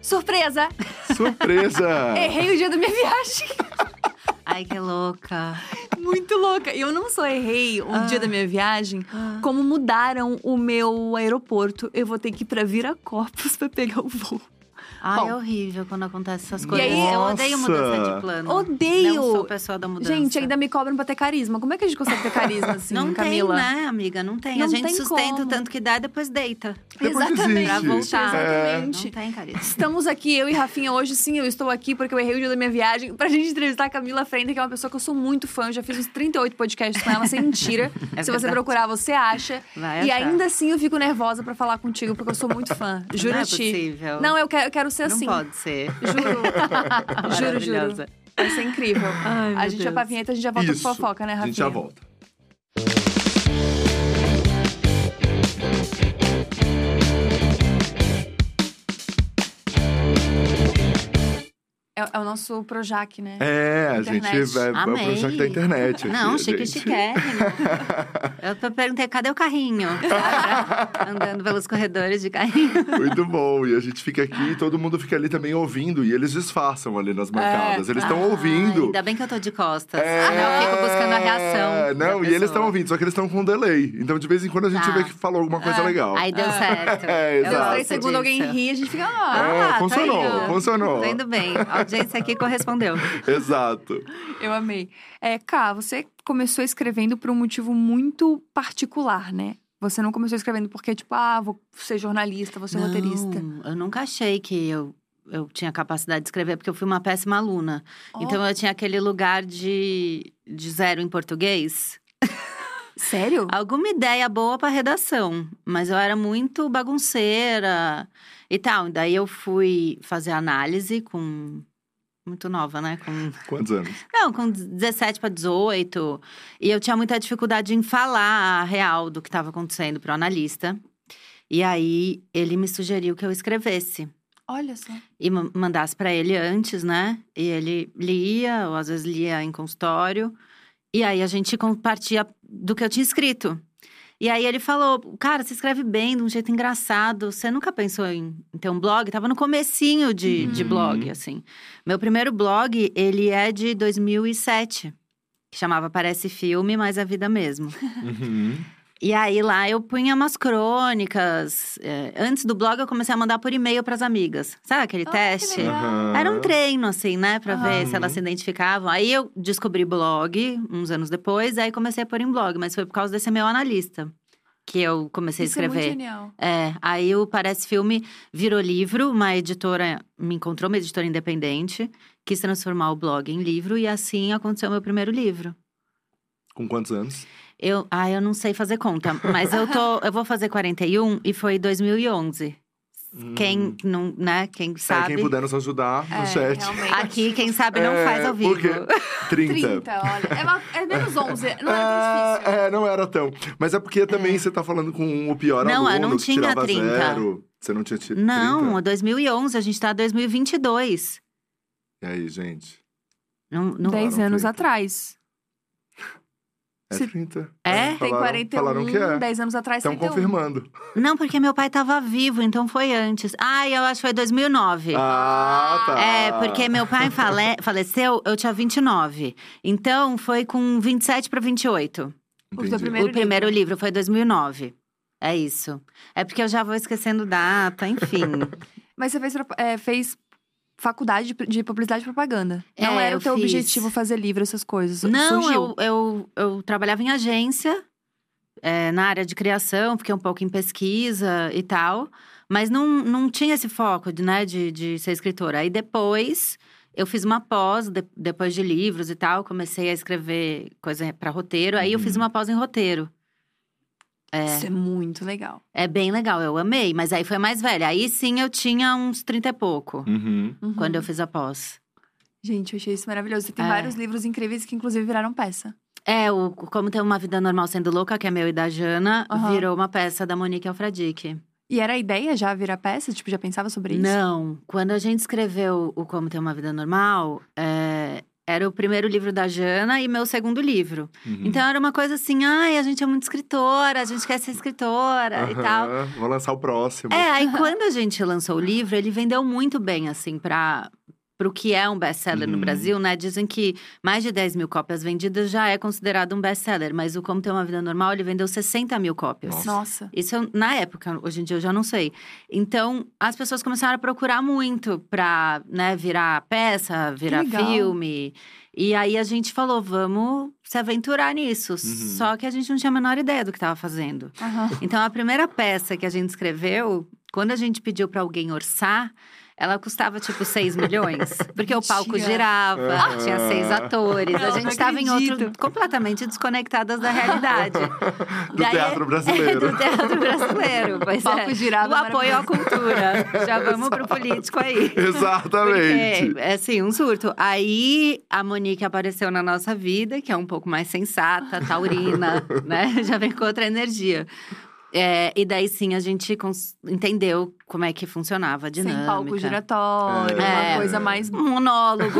Surpresa! Surpresa! Errei o dia da minha viagem. Ai, que louca. Muito louca. E eu não só errei o dia da minha viagem, como mudaram o meu aeroporto. Eu vou ter que ir pra Viracopos pra pegar o voo. Ai, Bom. é horrível quando acontece essas E coisas. aí- Eu odeio mudança de plano. Odeio! Não sou pessoa da mudança. Gente, ainda me cobram pra ter carisma. Como é que a gente consegue ter carisma assim, Não Camila? tem, né, amiga? Não tem. Não a gente tem sustenta como. o tanto que dá e depois deita. Depois Exatamente. Pra desiste. voltar. Exatamente. Não tem carisma. Estamos aqui, eu e Rafinha, hoje sim, eu estou aqui porque eu errei o dia da minha viagem pra gente entrevistar a Camila Frender, que é uma pessoa que eu sou muito fã. Eu já fiz uns 38 podcasts com ela, sem mentira. É Se você verdade. procurar, você acha. Vai E achar. ainda assim eu fico nervosa pra falar contigo, porque eu sou muito fã. Juro Não é a ti. possível. Não, eu quero ser Não assim. pode ser. Juro. Juro. Maravilhosa. Vai ser incrível. Ai, A meu gente vai Deus. pra vinheta, a gente já volta Isso. com fofoca, né, A Rafinha? gente já volta. É o nosso Projac, né? É, a gente Internet. vai Amei. pro Projac da internet. Não, aqui, chique, gente. chiquérrimo. Eu perguntei, cadê o carrinho? Andando pelos corredores de carrinho. Muito bom. E a gente fica aqui e todo mundo fica ali também ouvindo. E eles disfarçam ali nas bancadas. Eles estão ouvindo. Ainda bem que eu tô de costas. É, Eu fico buscando a reação. da Não, e eles pessoa. estão ouvindo, só que eles estão com delay. Então, de vez em quando, a gente Tá. vê que falou alguma coisa legal. Aí deu certo. É, Eu exato. Deu gosto 3 segundos, alguém disso. ri, a gente fica… tá funcionou, indo. funcionou. Tô indo bem. A audiência aqui correspondeu. Exato. Eu amei. Ká, você começou escrevendo por um motivo muito particular, né? Você não começou escrevendo porque, tipo, vou ser jornalista, vou ser roteirista. Não, eu nunca achei que eu tinha capacidade de escrever, porque eu fui uma péssima aluna. Oh. Então, eu tinha aquele lugar de zero em português. Sério? Alguma ideia boa pra redação, mas eu era muito bagunceira e tal. Daí eu fui fazer análise com… Muito nova, né? Quantos anos? Não, com 17 para 18. E eu tinha muita dificuldade em falar a real do que estava acontecendo pro analista. E aí, ele me sugeriu que eu escrevesse. Olha só. E mandasse para ele antes, né? E ele lia, ou às vezes lia em consultório. E aí, a gente compartia do que eu tinha escrito. E aí, ele falou, cara, você escreve bem, de um jeito engraçado. Você nunca pensou em ter um blog? Tava no comecinho de blog, assim. Meu primeiro blog, ele é de 2007. Que chamava Parece Filme, mas é Vida Mesmo. Uhum. E aí, lá eu punha umas crônicas. Antes do blog, eu comecei a mandar por e-mail pras amigas. Sabe aquele teste? Que legal. Aham. Era um treino, assim, né? Pra ver se elas se identificavam. Aí, eu descobri blog, uns anos depois. Aí, comecei a pôr em blog. Mas foi por causa desse meu analista. Que eu comecei Isso a é escrever. muito genial. Aí o Parece Filme virou livro. Uma editora me encontrou, uma editora independente. Quis transformar o blog em livro. E assim aconteceu o meu primeiro livro. Com quantos anos? Eu não sei fazer conta, mas eu vou fazer 41 e foi 2011. Quem não, né, quem sabe. Quem puder nos ajudar no chat. Realmente. Aqui, quem sabe não faz ao vivo. Porque 30. 30, olha. É menos 11. Não era tão difícil. Não era tão. Mas é porque também você tá falando com o pior Não, eu aluno não que tinha tirava 30. zero. Você não tinha tido 30? Não, 2011, a gente tá em 2022. E aí, gente? Não, 10 falaram anos 30. atrás. É Se- 30. É? Tem 41, Falaram que é. 10 anos atrás, Estão 31. confirmando. não, porque meu pai tava vivo, então foi antes. Eu acho que foi 2009. Ah, tá. Porque meu pai faleceu, eu tinha 29. Então, foi com 27 para 28. O teu Entendi. primeiro O primeiro livro foi 2009. É isso. É porque eu já vou esquecendo data, enfim. Mas você fez faculdade de publicidade e propaganda. Não era eu o teu fiz. objetivo fazer livro, essas coisas. Não, Surgiu. eu trabalhava em agência, na área de criação, fiquei um pouco em pesquisa e tal. Mas não tinha esse foco, né, de ser escritora. Aí depois, eu fiz uma pós, depois de livros e tal. Comecei a escrever coisa para roteiro. Aí eu fiz uma pós em roteiro. Isso é muito legal. É bem legal, eu amei. Mas aí foi mais velha. Aí sim, eu tinha uns 30 e pouco, Uhum. quando eu fiz a pós. Gente, eu achei isso maravilhoso. Você tem vários livros incríveis que, inclusive, viraram peça. O Como Ter Uma Vida Normal Sendo Louca, que é meu e da Jana, virou uma peça da Monique Alfradique. E era a ideia já virar peça? Tipo, já pensava sobre isso? Não. Quando a gente escreveu o Como Ter Uma Vida Normal, Era o primeiro livro da Jana e meu segundo livro. Uhum. Então, era uma coisa assim, ai, a gente é muito escritora, a gente quer ser escritora e tal. Vou lançar o próximo. Aí quando a gente lançou o livro, ele vendeu muito bem, assim, pro que é um best-seller no Brasil, né? Dizem que mais de 10 mil cópias vendidas já é considerado um best-seller. Mas o Como Ter Uma Vida Normal, ele vendeu 60 mil cópias. Nossa. Isso na época, hoje em dia eu já não sei. Então, as pessoas começaram a procurar muito pra, né, virar peça, virar filme. E aí, a gente falou, vamos se aventurar nisso. Só que a gente não tinha a menor ideia do que estava fazendo. Então, a primeira peça que a gente escreveu, quando a gente pediu pra alguém orçar… Ela custava, tipo, 6 milhões. Porque o palco girava, tinha 6 atores. A gente estava em outro… completamente desconectadas da realidade. Do teatro brasileiro. Do teatro brasileiro, pois o palco girava. Do apoio à cultura. Já vamos pro político aí. Exatamente. Porque, assim, um surto. Aí, a Monique apareceu na nossa vida, que é um pouco mais sensata, taurina, né? Já vem com outra energia. E daí, sim, a gente entendeu como é que funcionava a dinâmica. Sem palco giratório, uma coisa mais… Um monólogo.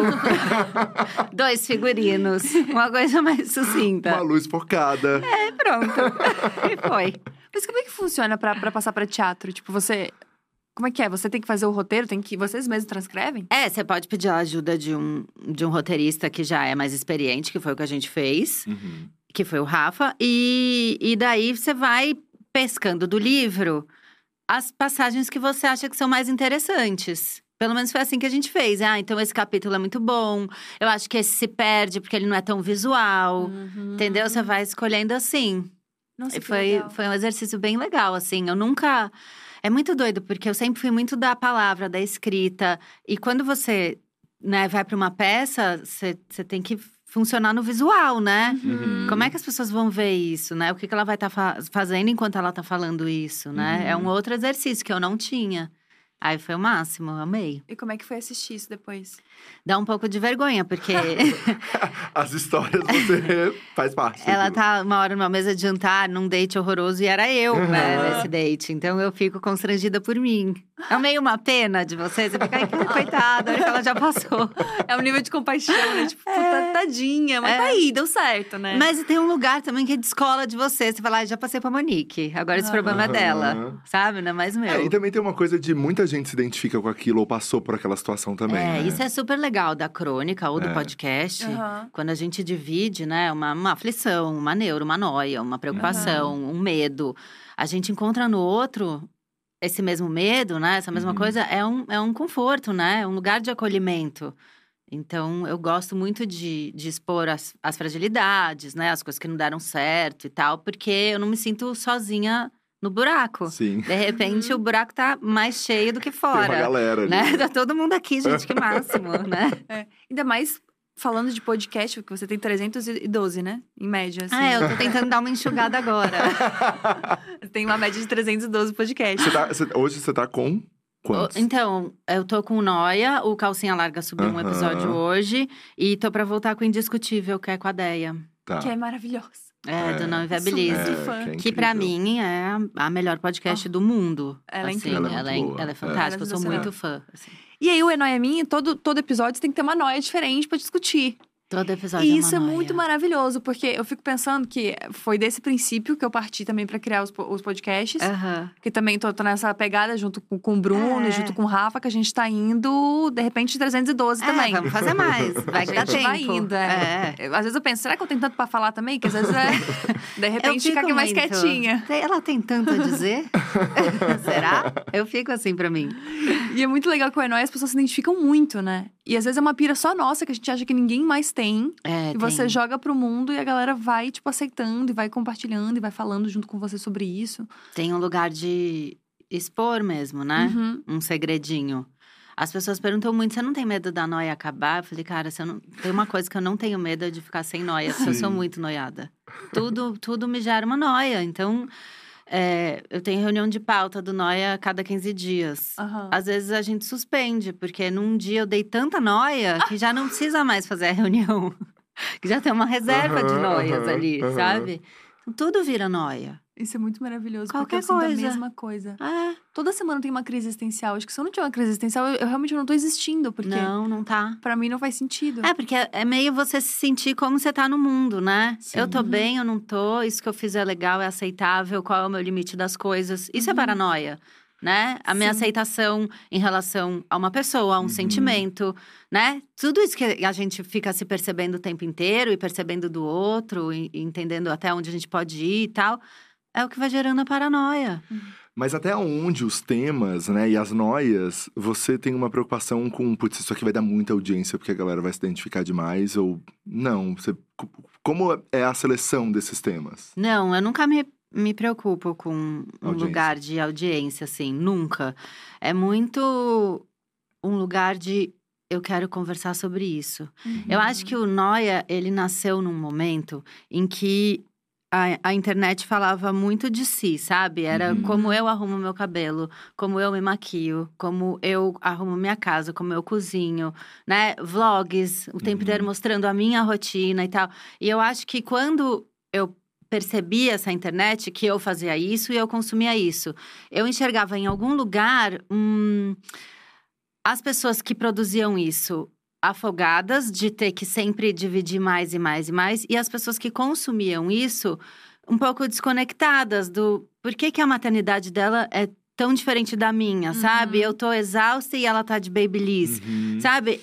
2 figurinos. Uma coisa mais sucinta. Uma luz focada. Pronto. E foi. Mas como é que funciona pra passar pra teatro? Tipo, você… Como é que é? Você tem que fazer o roteiro? Vocês mesmos transcrevem? Você pode pedir a ajuda de um roteirista que já é mais experiente, que foi o que a gente fez. Que foi o Rafa. E daí, você vai… pescando do livro as passagens que você acha que são mais interessantes. Pelo menos foi assim que a gente fez. Então esse capítulo é muito bom. Eu acho que esse se perde porque ele não é tão visual. Entendeu? Você vai escolhendo assim. Nossa, e foi um exercício bem legal, assim. Eu nunca… É muito doido, porque eu sempre fui muito da palavra, da escrita. E quando você, né, vai para uma peça, você tem que… funcionar no visual, né? Como é que as pessoas vão ver isso, né? O que ela vai estar fazendo enquanto ela tá falando isso, né? É um outro exercício que eu não tinha. Aí foi o máximo, eu amei. E como é que foi assistir isso depois? Dá um pouco de vergonha, porque… As histórias você faz parte. Ela tá uma hora numa mesa de jantar, num date horroroso, e era eu, né, nesse date. Então, eu fico constrangida por mim. É meio uma pena de você fica, ai, que coitada, olha que ela já passou. É um nível de compaixão, né? Tipo, tadinha, mas tá aí, deu certo, né? Mas tem um lugar também que descola de você. Você fala, já passei pra Monique, agora esse problema é dela, sabe? Não é mais meu. E também tem uma coisa de muita gente se identifica com aquilo ou passou por aquela situação também, né? Isso é super legal da crônica ou do podcast. Quando a gente divide, né, uma aflição, uma neuro, uma noia, uma preocupação, um medo. A gente encontra no outro esse mesmo medo, né? Essa mesma coisa é um conforto, né? É um lugar de acolhimento. Então, eu gosto muito de expor as fragilidades, né? As coisas que não deram certo e tal. Porque eu não me sinto sozinha no buraco. Sim. De repente, o buraco tá mais cheio do que fora. Tem uma galera ali. Né? Tá todo mundo aqui, gente, que máximo, né? Ainda mais falando de podcast, porque você tem 312, né? Em média, assim. Eu tô tentando dar uma enxugada agora. Tem uma média de 312 podcasts. Hoje você tá com quantos? Então, eu tô com o Noia, o Calcinha Larga subiu um episódio hoje. E tô pra voltar com o Indiscutível, que é com a Deia. Tá. Que é maravilhoso. Do Não Inviabilize. Que pra mim é a melhor podcast do mundo. Ela é assim, incrível. Ela é fantástica, eu sou muito fã. Assim. E aí, o É Nóia Minha, todo episódio tem que ter uma noia diferente pra discutir. Todo episódio E isso é uma é muito maravilhoso, porque eu fico pensando que foi desse princípio que eu parti também pra criar os podcasts. Que também tô nessa pegada junto com o Bruno e junto com o Rafa, que a gente tá indo, de repente, 312 também. Vamos fazer mais, vai que dá tempo. Vai indo, Às vezes eu penso, será que eu tenho tanto pra falar também? Que às vezes de repente fica aqui mais quietinha. Ela tem tanto a dizer? Será? Eu fico assim pra mim. E é muito legal que o É Nóia, as pessoas se identificam muito, né? E às vezes é uma pira só nossa, que a gente acha que ninguém mais tem. E você joga pro mundo e a galera vai, tipo, aceitando. E vai compartilhando e vai falando junto com você sobre isso. Tem um lugar de expor mesmo, né? Um segredinho. As pessoas perguntam muito, você não tem medo da noia acabar? Eu falei, cara, tem uma coisa que eu não tenho medo é de ficar sem noia. Porque eu sou muito noiada. Tudo me gera uma noia. Então… eu tenho reunião de pauta do Noia a cada 15 dias. Às vezes a gente suspende, porque num dia eu dei tanta noia que já não precisa mais fazer a reunião. Que já tem uma reserva de noias ali, sabe? Então, tudo vira noia. Isso é muito maravilhoso. Qualquer porque eu coisa. sinto a mesma coisa. É. Toda semana tem uma crise existencial. Acho que se eu não tiver uma crise existencial, eu realmente não tô existindo. Porque Não tá. pra mim não faz sentido. É, porque é meio você se sentir como você tá no mundo, né? Sim. Eu tô bem, eu não tô. Isso que eu fiz é legal, é aceitável. Qual é o meu limite das coisas? Isso é paranoia. Né? A minha aceitação em relação a uma pessoa, a um sentimento, né? Tudo isso que a gente fica se percebendo o tempo inteiro e percebendo do outro, e entendendo até onde a gente pode ir e tal, é o que vai gerando a paranoia. Mas até onde os temas, né, e as noias, você tem uma preocupação com, putz, isso aqui vai dar muita audiência porque a galera vai se identificar demais, ou não? Como é a seleção desses temas? Não, eu nunca me preocupo com um Audiência. lugar de audiência, assim, nunca. É muito um lugar de eu quero conversar sobre isso. Eu acho que o Noia, ele nasceu num momento em que a internet falava muito de si, sabe? Era como eu arrumo meu cabelo, como eu me maquio, como eu arrumo minha casa, como eu cozinho, né? Vlogs, o tempo inteiro mostrando a minha rotina e tal. E eu acho que quando eu percebi essa internet, que eu fazia isso e eu consumia isso. Eu enxergava em algum lugar as pessoas que produziam isso afogadas de ter que sempre dividir mais e mais e mais, e as pessoas que consumiam isso um pouco desconectadas do por que a maternidade dela é tão diferente da minha, sabe? Eu tô exausta e ela tá de babyliss, sabe?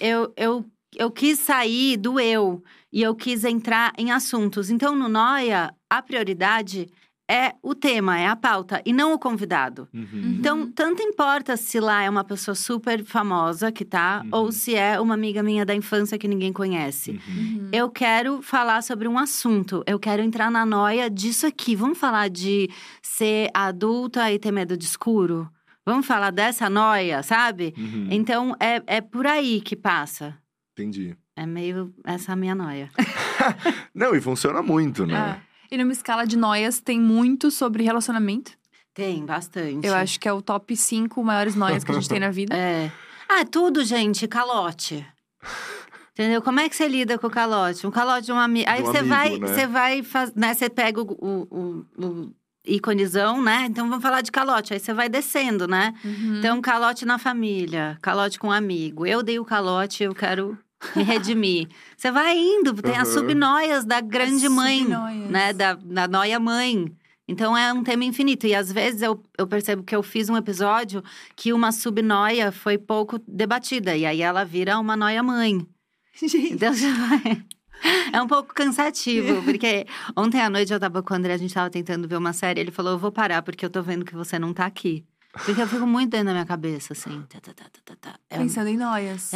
Eu quis sair do eu e eu quis entrar em assuntos. Então, no Noia, a prioridade é o tema, é a pauta, e não o convidado. Então, tanto importa se lá é uma pessoa super famosa que tá, ou se é uma amiga minha da infância que ninguém conhece. Eu quero falar sobre um assunto, eu quero entrar na noia disso aqui. Vamos falar de ser adulta e ter medo de escuro? Vamos falar dessa noia, sabe? Então, é por aí que passa. Entendi. É meio essa a minha noia. Não, e funciona muito, né? E numa escala de noias, tem muito sobre relacionamento. Tem, bastante. Eu acho que é o top 5 maiores noias que a gente tem na vida. Tudo, gente, calote. Entendeu? Como é que você lida com o calote? Um calote de um amigo. Aí você vai, né? Você pega o iconezão, né? Então, vamos falar de calote. Aí você vai descendo, né? Então, calote na família, calote com um amigo. Eu dei o calote, eu quero me redimir. Você vai indo, tem as subnoias da grande mãe, né? Da noia mãe. Então, é um tema infinito. E, às vezes, eu percebo que eu fiz um episódio que uma subnoia foi pouco debatida. E aí, ela vira uma noia mãe. Gente. Então, você vai... É um pouco cansativo, porque ontem à noite eu tava com o André, a gente tava tentando ver uma série. Ele falou, eu vou parar, porque eu tô vendo que você não tá aqui. Porque eu fico muito dentro da minha cabeça, assim. Pensando em noias.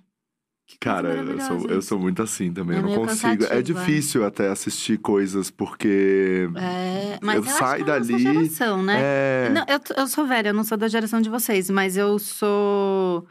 Cara, eu sou muito assim também, eu não consigo. É difícil até assistir coisas, porque mas eu saio dali… Nossa geração, né? Não, eu sou velha, eu não sou da geração de vocês, mas eu sou…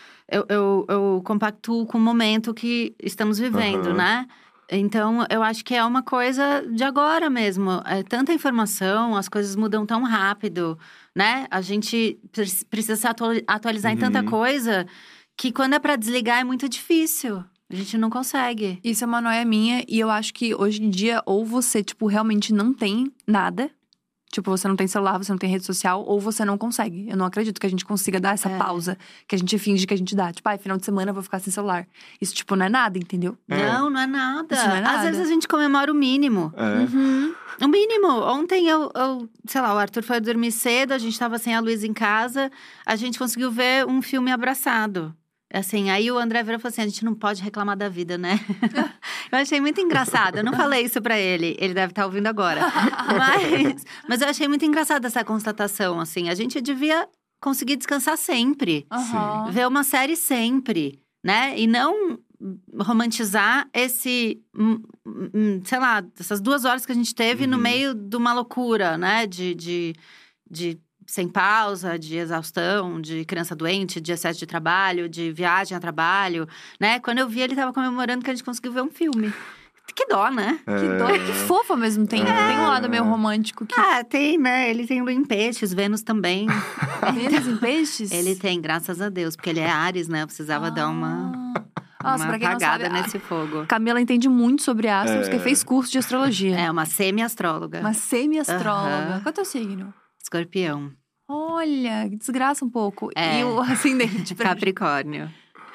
Eu compactuo com o momento que estamos vivendo, né? Então, eu acho que é uma coisa de agora mesmo. É tanta informação, as coisas mudam tão rápido, né? A gente precisa se atualizar em tanta coisa que quando é pra desligar é muito difícil. A gente não consegue. Isso é uma noia minha e eu acho que hoje em dia, ou você, tipo, realmente não tem nada. Tipo, você não tem celular, você não tem rede social, ou você não consegue. Eu não acredito que a gente consiga dar essa pausa que a gente finge que a gente dá. Tipo, final de semana eu vou ficar sem celular. Isso, tipo, não é nada, entendeu? Não é nada. Isso não é nada. Às vezes a gente comemora o mínimo. O mínimo. Ontem sei lá, o Arthur foi dormir cedo, a gente tava sem a Luísa em casa. A gente conseguiu ver um filme abraçado. Assim, aí o André virou e falou assim, a gente não pode reclamar da vida, né? Eu achei muito engraçado, eu não falei isso pra ele. Ele deve estar ouvindo agora. Mas eu achei muito engraçada essa constatação, assim. A gente devia conseguir descansar sempre. Ver uma série sempre, né? E não romantizar esse… sei lá, essas 2 horas que a gente teve no meio de uma loucura, né? De sem pausa, de exaustão, de criança doente, de excesso de trabalho, de viagem a trabalho, né? Quando eu vi, ele tava comemorando que a gente conseguiu ver um filme. Que dó, né? Que dó. Que fofo ao mesmo tempo. Tem um lado meio romântico. Tem, né? Ele tem Lua em Peixes, Vênus também. Vênus em Peixes? Ele tem, graças a Deus. Porque ele é Áries, né? Eu precisava dar uma… Nossa, pra quem não sabe, nesse fogo. Camila entende muito sobre astros, porque fez curso de astrologia. É, uma semi-astróloga. Uma semi-astróloga. Qual é o teu signo? Escorpião. Olha, desgraça um pouco. E o ascendente? Capricórnio.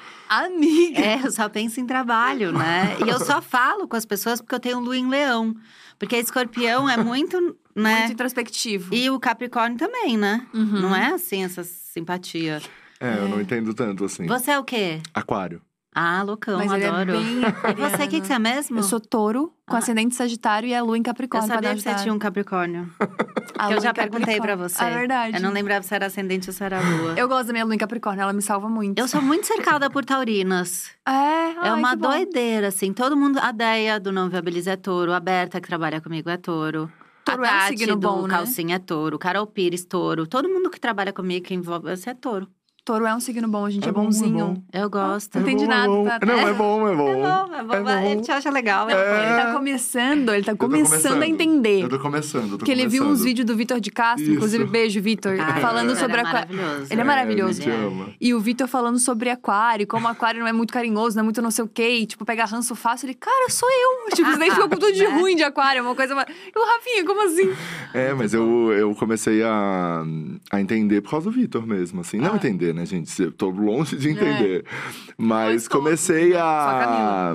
Amiga! Eu só penso em trabalho, né? E eu só falo com as pessoas porque eu tenho lua em leão. Porque Escorpião é muito, né? Muito introspectivo. E o Capricórnio também, né? Não é assim, essa simpatia. Eu não entendo tanto assim. Você é o quê? Aquário. Ah, loucão, Mas adoro. Ele é bem E você, o que você é mesmo? Eu sou touro, com ascendente sagitário e a lua em Capricórnio. Eu sabia que você tinha um Capricórnio. Eu já perguntei pra você. É verdade. Eu não lembrava se era ascendente ou se era lua. Eu gosto da minha lua em Capricórnio, ela me salva muito. Eu sou muito cercada por taurinas. É uma doideira, assim. Todo mundo… A Deia, do Não Viabiliza, é touro. A Berta, que trabalha comigo, é touro. Touro a é um Tati, signo do bom, né? Calcinha, é touro. Carol Pires, touro. Todo mundo que trabalha comigo, que envolve você, é touro. Touro é um signo bom, a gente é bom, bonzinho. é bom. Eu gosto. Não entendi nada, tá? Não, é bom. É bom. Ele te acha legal. Ele tá começando, a entender. Eu tô começando. Porque ele viu uns vídeos do Vitor de Castro, Isso. inclusive, beijo, Vitor, falando sobre aquário. Ele é maravilhoso. Ele ama. E o Vitor falando sobre aquário, como aquário não é muito carinhoso, não é muito não sei o quê, e, tipo, pegar ranço fácil. Ele, cara, sou eu. Tipo, isso daí ficou com tudo de ruim de aquário, uma coisa… E o Rafinha, como assim? Mas eu comecei a entender por causa do Vitor mesmo, assim. Não entender, né, gente? Eu tô longe de entender. Mas comecei a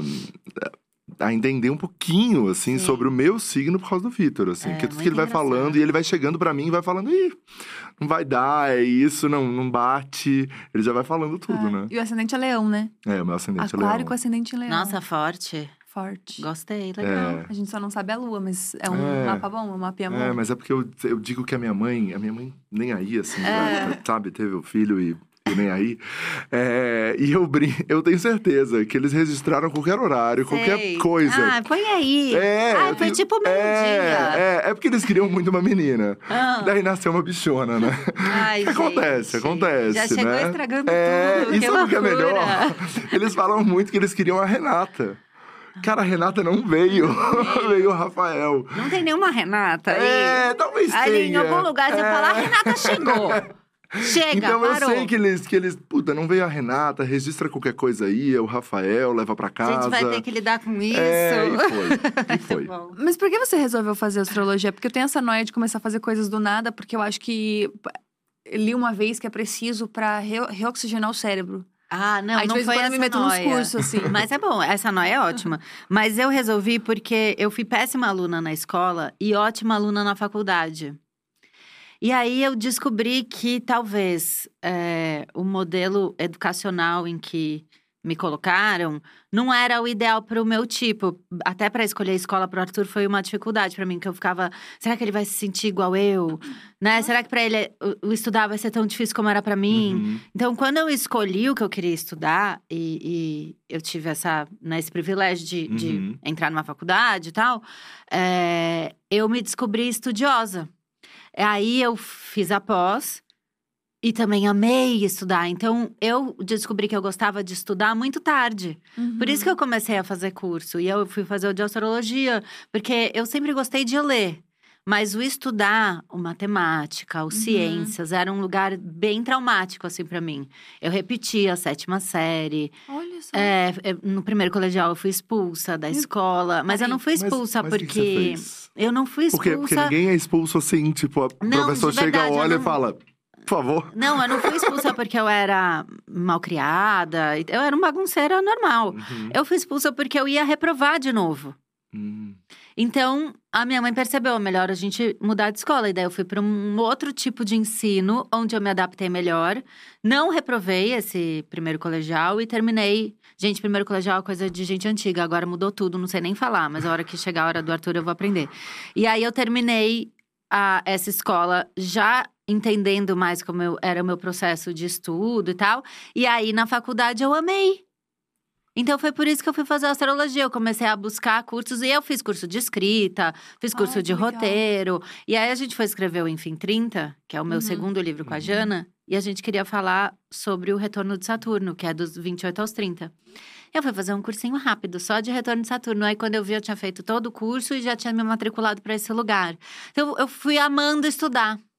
entender um pouquinho, assim, sobre o meu signo por causa do Vitor, assim. Porque tudo que ele vai falando, e ele vai chegando pra mim e vai falando… Ih, não vai dar, é isso, não bate. Ele já vai falando tudo, né? E o ascendente é leão, né? O meu ascendente é leão. Aquário com ascendente em leão. Nossa, forte. Gostei, legal. A gente só não sabe a lua, mas é um mapa bom, um mapinha bom. Mas é porque eu digo que a minha mãe nem aí, assim, sabe? Teve o filho e nem aí. E eu tenho certeza que eles registraram qualquer horário, qualquer coisa. Põe aí. Foi tipo meio-dia. É porque eles queriam muito uma menina. Daí nasceu uma bichona, né? Acontece, Já chegou né? estragando tudo. E sabe o que é melhor? Eles falam muito que eles queriam a Renata. Cara, a Renata não veio. Veio o Rafael. Não tem nenhuma Renata aí? Talvez tenha. Ali em algum lugar você fala, a Renata chegou. Chega, então parou. Eu sei que eles… Puta, não veio a Renata, registra qualquer coisa aí, é o Rafael, leva pra casa. A gente vai ter que lidar com isso. E foi. Mas por que você resolveu fazer astrologia? Porque eu tenho essa noia de começar a fazer coisas do nada, porque eu acho que… Li uma vez que é preciso pra reoxigenar o cérebro. Não, aí, não foi essa me meto nos cursos, assim. Mas é bom, essa noia é ótima. Mas eu resolvi porque eu fui péssima aluna na escola e ótima aluna na faculdade. E aí eu descobri que talvez o modelo educacional em que me colocaram não era o ideal para o meu tipo. Até para escolher a escola para o Arthur foi uma dificuldade para mim, que eu ficava… Será que ele vai se sentir igual eu? Né? Será que para ele o estudar vai ser tão difícil como era para mim? Então, quando eu escolhi o que eu queria estudar, e eu tive esse privilégio de entrar numa faculdade e tal, eu me descobri estudiosa. Aí eu fiz a pós e também amei estudar. Então, eu descobri que eu gostava de estudar muito tarde. Por isso que eu comecei a fazer curso. E eu fui fazer o de astrologia, porque eu sempre gostei de ler. Mas o estudar, o matemática, os ciências, era um lugar bem traumático, assim, pra mim. Eu repetia a 7ª série. Olha só. No primeiro colegial, eu fui expulsa da escola. Mas eu não fui expulsa porque… que você fez? Eu não fui expulsa… Porque ninguém é expulso assim, tipo… O professor chega, olha e fala… Por favor. Não, eu não fui expulsa porque eu era malcriada. Eu era uma bagunceira normal. Eu fui expulsa porque eu ia reprovar de novo. Então, a minha mãe percebeu, melhor a gente mudar de escola. E daí eu fui para um outro tipo de ensino, onde eu me adaptei melhor. Não reprovei esse primeiro colegial e terminei… Gente, primeiro colegial é coisa de gente antiga, agora mudou tudo, não sei nem falar. Mas a hora que chegar a hora do Arthur, eu vou aprender. E aí, eu terminei essa escola já entendendo mais como era o meu processo de estudo e tal. E aí, na faculdade, eu amei. Então, foi por isso que eu fui fazer astrologia. Eu comecei a buscar cursos. E eu fiz curso de escrita, fiz curso de roteiro. E aí, a gente foi escrever o Enfim 30, que é o meu segundo livro com a Jana. E a gente queria falar sobre o retorno de Saturno, que é dos 28 aos 30. Eu fui fazer um cursinho rápido, só de retorno de Saturno. Aí, quando eu vi, eu tinha feito todo o curso e já tinha me matriculado para esse lugar. Então, eu fui amando estudar.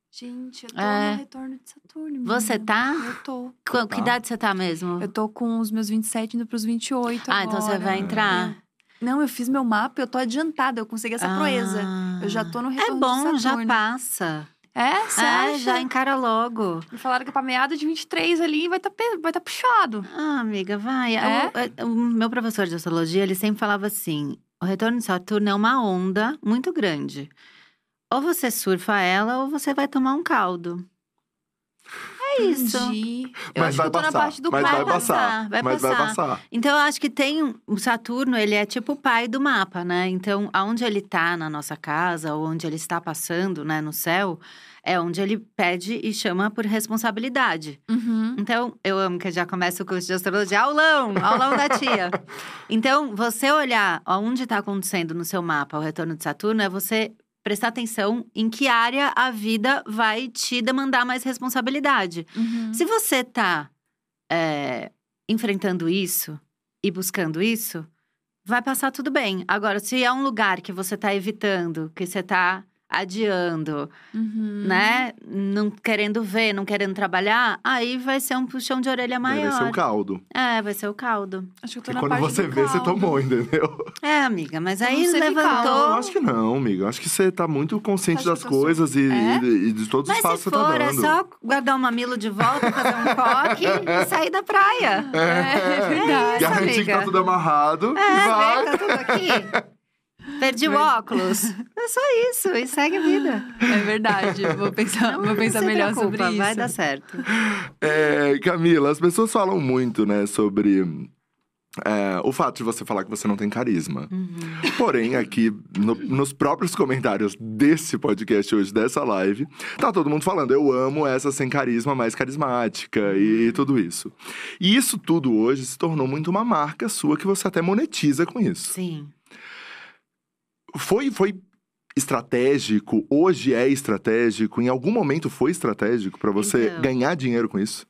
Gente, eu tô no retorno de Saturno. Menina. Você tá? Eu tô. Que idade você tá mesmo? Eu tô com os meus 27 indo pros 28 agora. Então você vai entrar. Não, eu fiz meu mapa, eu tô adiantada. Eu consegui essa proeza. Eu já tô no retorno de Saturno. É bom, já passa. Você acha? Já encara logo. Me falaram que pra meada de 23 ali vai tá puxado. Amiga, vai. O meu professor de astrologia, ele sempre falava assim, o retorno de Saturno é uma onda muito grande. Ou você surfa ela, ou você vai tomar um caldo. É isso. Mas vai passar. Mas vai passar. Então, eu acho que o Saturno, ele é tipo o pai do mapa, né? Então, aonde ele tá na nossa casa, ou onde ele está passando, né, no céu, é onde ele pede e chama por responsabilidade. Uhum. Então, eu amo que já começa o curso de astrologia. Aulão da tia. Então, você olhar aonde tá acontecendo no seu mapa o retorno de Saturno, é você prestar atenção em que área a vida vai te demandar mais responsabilidade. Uhum. Se você tá enfrentando isso e buscando isso, vai passar tudo bem. Agora, se é um lugar que você tá evitando, que você tá adiando, né? Não querendo ver, não querendo trabalhar, aí vai ser um puxão de orelha maior. Vai ser o caldo. Vai ser o caldo. Acho que eu tô e na quando parte você do vê, caldo. você tomou, entendeu? Amiga, mas aí não sei levantou… Eu acho que não, amiga. Eu acho que você tá muito consciente das que eu coisas e de todos os Mas passos se que você tá for, dando. é só guardar o mamilo de volta, fazer um coque e sair da praia. É verdade. Garantir que amiga. tá tudo amarrado. Vai. Tá tudo aqui. Perdi o óculos. É só isso, e segue a vida. É verdade. Vou pensar melhor sobre isso. Vai dar certo. Camila, as pessoas falam muito, né, sobre… o fato de você falar que você não tem carisma. Porém, aqui, nos próprios comentários desse podcast hoje, dessa live, tá todo mundo falando, eu amo essa sem carisma, mais carismática e tudo isso. E isso tudo hoje se tornou muito uma marca sua, que você até monetiza com isso. Sim. Foi estratégico? Hoje é estratégico? Em algum momento foi estratégico pra você ganhar dinheiro com isso?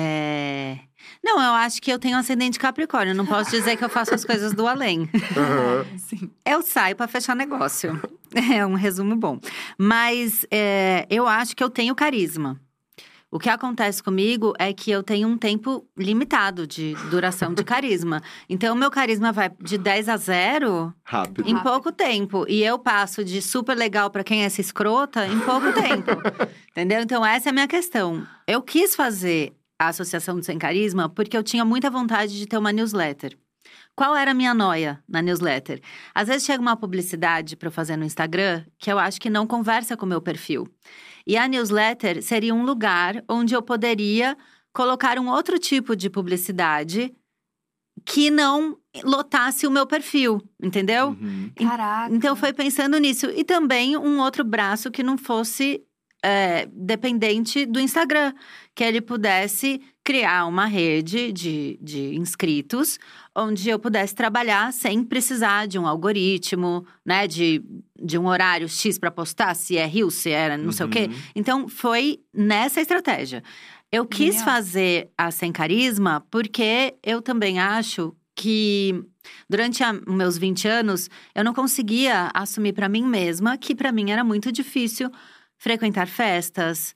Não, eu acho que eu tenho ascendente Capricórnio. Não posso dizer que eu faço as coisas do além. Sim. Eu saio pra fechar negócio. É um resumo bom. Mas eu acho que eu tenho carisma. O que acontece comigo é que eu tenho um tempo limitado de duração de carisma. Então, o meu carisma vai de 10 a 0… Rápido. Em pouco tempo. E eu passo de super legal pra quem é essa escrota em pouco tempo. Entendeu? Então, essa é a minha questão. Eu quis fazer a Associação do Sem Carisma porque eu tinha muita vontade de ter uma newsletter. Qual era a minha noia na newsletter? Às vezes chega uma publicidade pra eu fazer no Instagram que eu acho que não conversa com o meu perfil. E a newsletter seria um lugar onde eu poderia colocar um outro tipo de publicidade que não lotasse o meu perfil, entendeu? Caraca. Então, foi pensando nisso. E também um outro braço que não fosse dependente do Instagram. Que ele pudesse criar uma rede de inscritos, onde eu pudesse trabalhar sem precisar de um algoritmo, né? De um horário X para postar, se é Rio, se era não sei o quê. Então, foi nessa estratégia. Eu quis fazer a Sem Carisma porque eu também acho que durante os meus 20 anos, eu não conseguia assumir para mim mesma que para mim era muito difícil frequentar festas,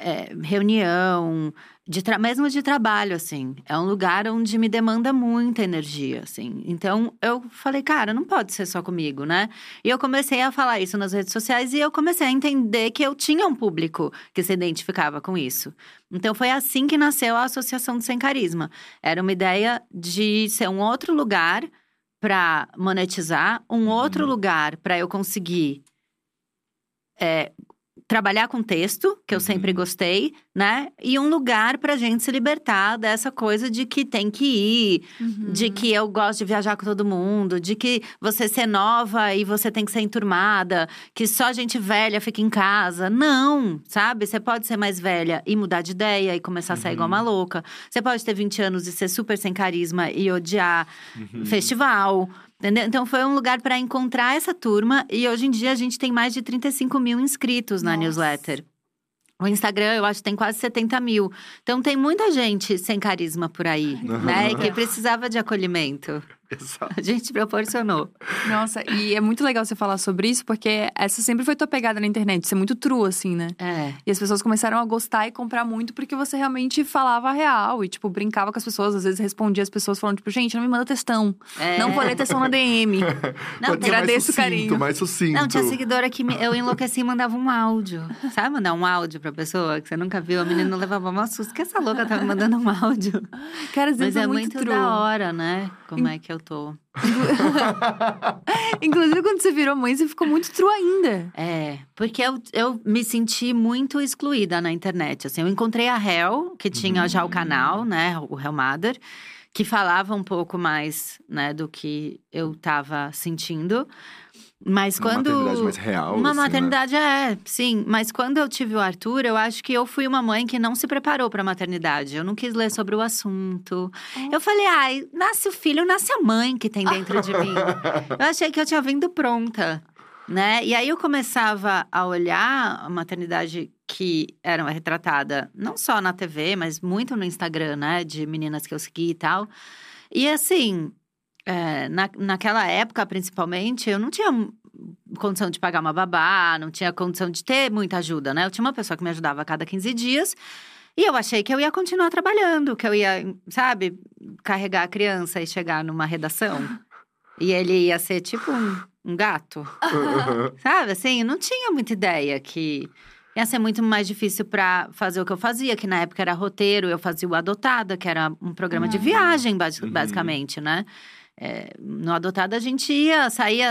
reunião, mesmo de trabalho, assim. É um lugar onde me demanda muita energia, assim. Então, eu falei, cara, não pode ser só comigo, né? E eu comecei a falar isso nas redes sociais e eu comecei a entender que eu tinha um público que se identificava com isso. Então, foi assim que nasceu a Associação do Sem Carisma. Era uma ideia de ser um outro lugar para monetizar, um outro lugar para eu conseguir… trabalhar com texto, que eu sempre gostei, né? E um lugar pra gente se libertar dessa coisa de que tem que ir, de que eu gosto de viajar com todo mundo, de que você ser nova e você tem que ser enturmada, que só gente velha fica em casa. Não, sabe? Você pode ser mais velha e mudar de ideia e começar a sair igual uma louca. Você pode ter 20 anos e ser super sem carisma e odiar festival. Entendeu? Então, foi um lugar para encontrar essa turma. E hoje em dia, a gente tem mais de 35 mil inscritos na newsletter. O Instagram, eu acho que tem quase 70 mil. Então, tem muita gente sem carisma por aí, né? E que precisava de acolhimento. Exato. A gente proporcionou. Nossa, e é muito legal você falar sobre isso, porque essa sempre foi tua pegada na internet, ser muito true, assim, né? E as pessoas começaram a gostar e comprar muito porque você realmente falava a real. E, tipo, brincava com as pessoas, às vezes respondia as pessoas falando, tipo, gente, não me manda textão. Não vou ler textão na DM. Não, agradeço o carinho. Mais sucinto. Não, tinha seguidora que eu enlouqueci e mandava um áudio. Sabe mandar um áudio pra pessoa que você nunca viu? A menina levava uma susto. Que essa louca tá me mandando um áudio? Cara, mas é muito true. Da hora, né? Como é que eu tô. Inclusive, quando você virou mãe, você ficou muito true ainda. Porque eu me senti muito excluída na internet. Assim, eu encontrei a Hel, que tinha já o canal, né? O Hel Mother, que falava um pouco mais, né, do que eu tava sentindo. Mas uma maternidade mais real, uma assim, maternidade, sim. Mas quando eu tive o Arthur, eu acho que eu fui uma mãe que não se preparou pra maternidade. Eu não quis ler sobre o assunto. Eu falei, nasce o filho, nasce a mãe que tem dentro de mim. Eu achei que eu tinha vindo pronta, né? E aí eu começava a olhar a maternidade que era retratada, não só na TV, mas muito no Instagram, né? De meninas que eu segui e tal. E assim… naquela época, principalmente, eu não tinha condição de pagar uma babá, não tinha condição de ter muita ajuda, né? Eu tinha uma pessoa que me ajudava a cada 15 dias. E eu achei que eu ia continuar trabalhando, que eu ia, sabe, carregar a criança e chegar numa redação. E ele ia ser tipo um gato. Sabe, assim, eu não tinha muita ideia que… ia ser muito mais difícil pra fazer o que eu fazia, que na época era roteiro, eu fazia o Adotada, que era um programa de viagem, basicamente, né? No Adotada a gente saía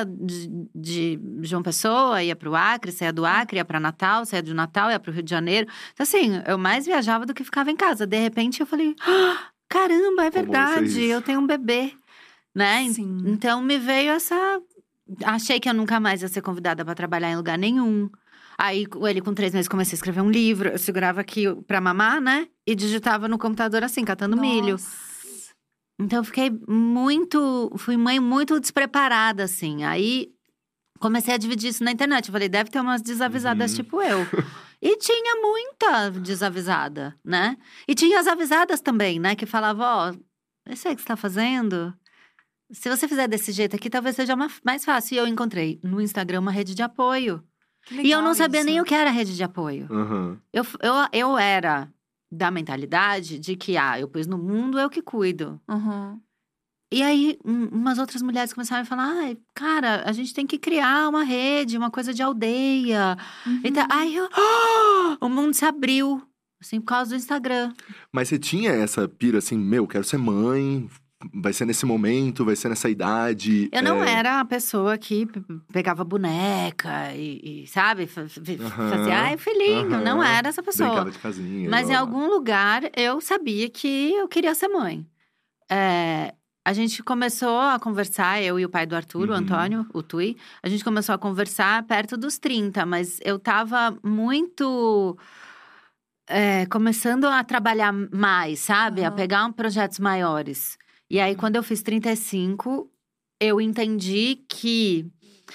de João Pessoa, ia pro Acre, saía do Acre, ia pra Natal, saía do Natal, ia pro Rio de Janeiro. Então assim, eu mais viajava do que ficava em casa. De repente eu falei, caramba, é verdade, eu tenho um bebê, né? Sim. Então me veio essa… Achei que eu nunca mais ia ser convidada pra trabalhar em lugar nenhum. Aí, ele com 3 meses, comecei a escrever um livro. Eu segurava aqui pra mamar, né? E digitava no computador assim, catando milho. Então, eu fiquei fui mãe muito despreparada, assim. Aí, comecei a dividir isso na internet. Eu falei, deve ter umas desavisadas tipo eu. E tinha muita desavisada, né? E tinha as avisadas também, né? Que falavam, isso aí que você tá fazendo… Se você fizer desse jeito aqui, talvez seja mais fácil. E eu encontrei no Instagram uma rede de apoio. E eu não sabia nem o que era rede de apoio. Eu era da mentalidade de que, eu pus no mundo, eu que cuido. E aí, umas outras mulheres começaram a falar, cara, a gente tem que criar uma rede, uma coisa de aldeia. Então, aí, o mundo se abriu, assim, por causa do Instagram. Mas você tinha essa pira, assim, quero ser mãe… Vai ser nesse momento, vai ser nessa idade. Eu não era a pessoa que pegava boneca e sabe? Fazia, filhinho. Não era essa pessoa. Brincava de casinha. Mas em algum lugar eu sabia que eu queria ser mãe. A gente começou a conversar, eu e o pai do Arthur, o Antônio, o Tui. A gente começou a conversar perto dos 30, mas eu tava muito… começando a trabalhar mais, sabe? A pegar projetos maiores. E aí, quando eu fiz 35, eu entendi que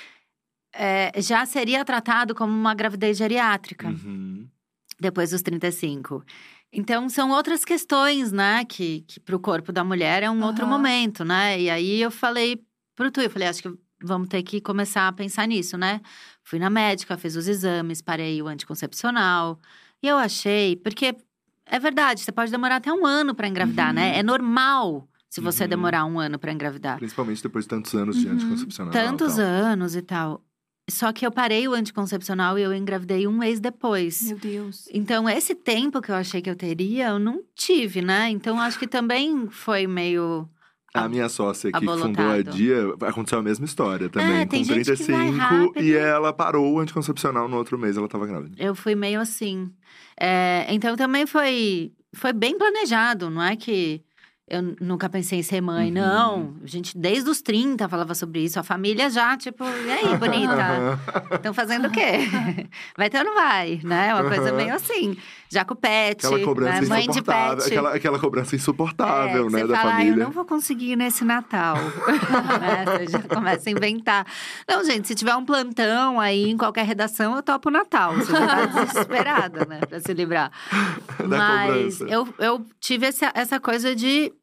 já seria tratado como uma gravidez geriátrica. Depois dos 35. Então, são outras questões, né? Que pro corpo da mulher é um outro momento, né? E aí, eu falei pro Tu, acho que vamos ter que começar a pensar nisso, né? Fui na médica, fiz os exames, parei o anticoncepcional. E eu achei… Porque é verdade, você pode demorar até 1 ano pra engravidar, né? É normal… Se você demorar 1 ano pra engravidar. Principalmente depois de tantos anos de anticoncepcional. Tantos anos e tal. Só que eu parei o anticoncepcional e eu engravidei 1 mês depois. Meu Deus. Então, esse tempo que eu achei que eu teria, eu não tive, né? Então, acho que também foi meio… A minha sócia que fundou a Dia, aconteceu a mesma história também. Tem com gente 35, que vai rápido. E ela parou o anticoncepcional no outro mês, ela tava grávida. Eu fui meio assim. Então, também foi bem planejado, não é que… Eu nunca pensei em ser mãe, não. A gente, desde os 30, falava sobre isso. A família já, tipo, e aí, bonita? Estão fazendo o quê? Vai ter ou não vai, né? Uma coisa meio assim. Já com o pet, aquela cobrança né? Mãe de pet. Aquela cobrança insuportável, né, da fala, família. Eu não vou conseguir nesse Natal. Né? Você já começa a inventar. Não, gente, se tiver um plantão aí em qualquer redação, eu topo o Natal. Você já tá desesperada, né? Pra se livrar. Da Mas cobrança. eu tive essa coisa de…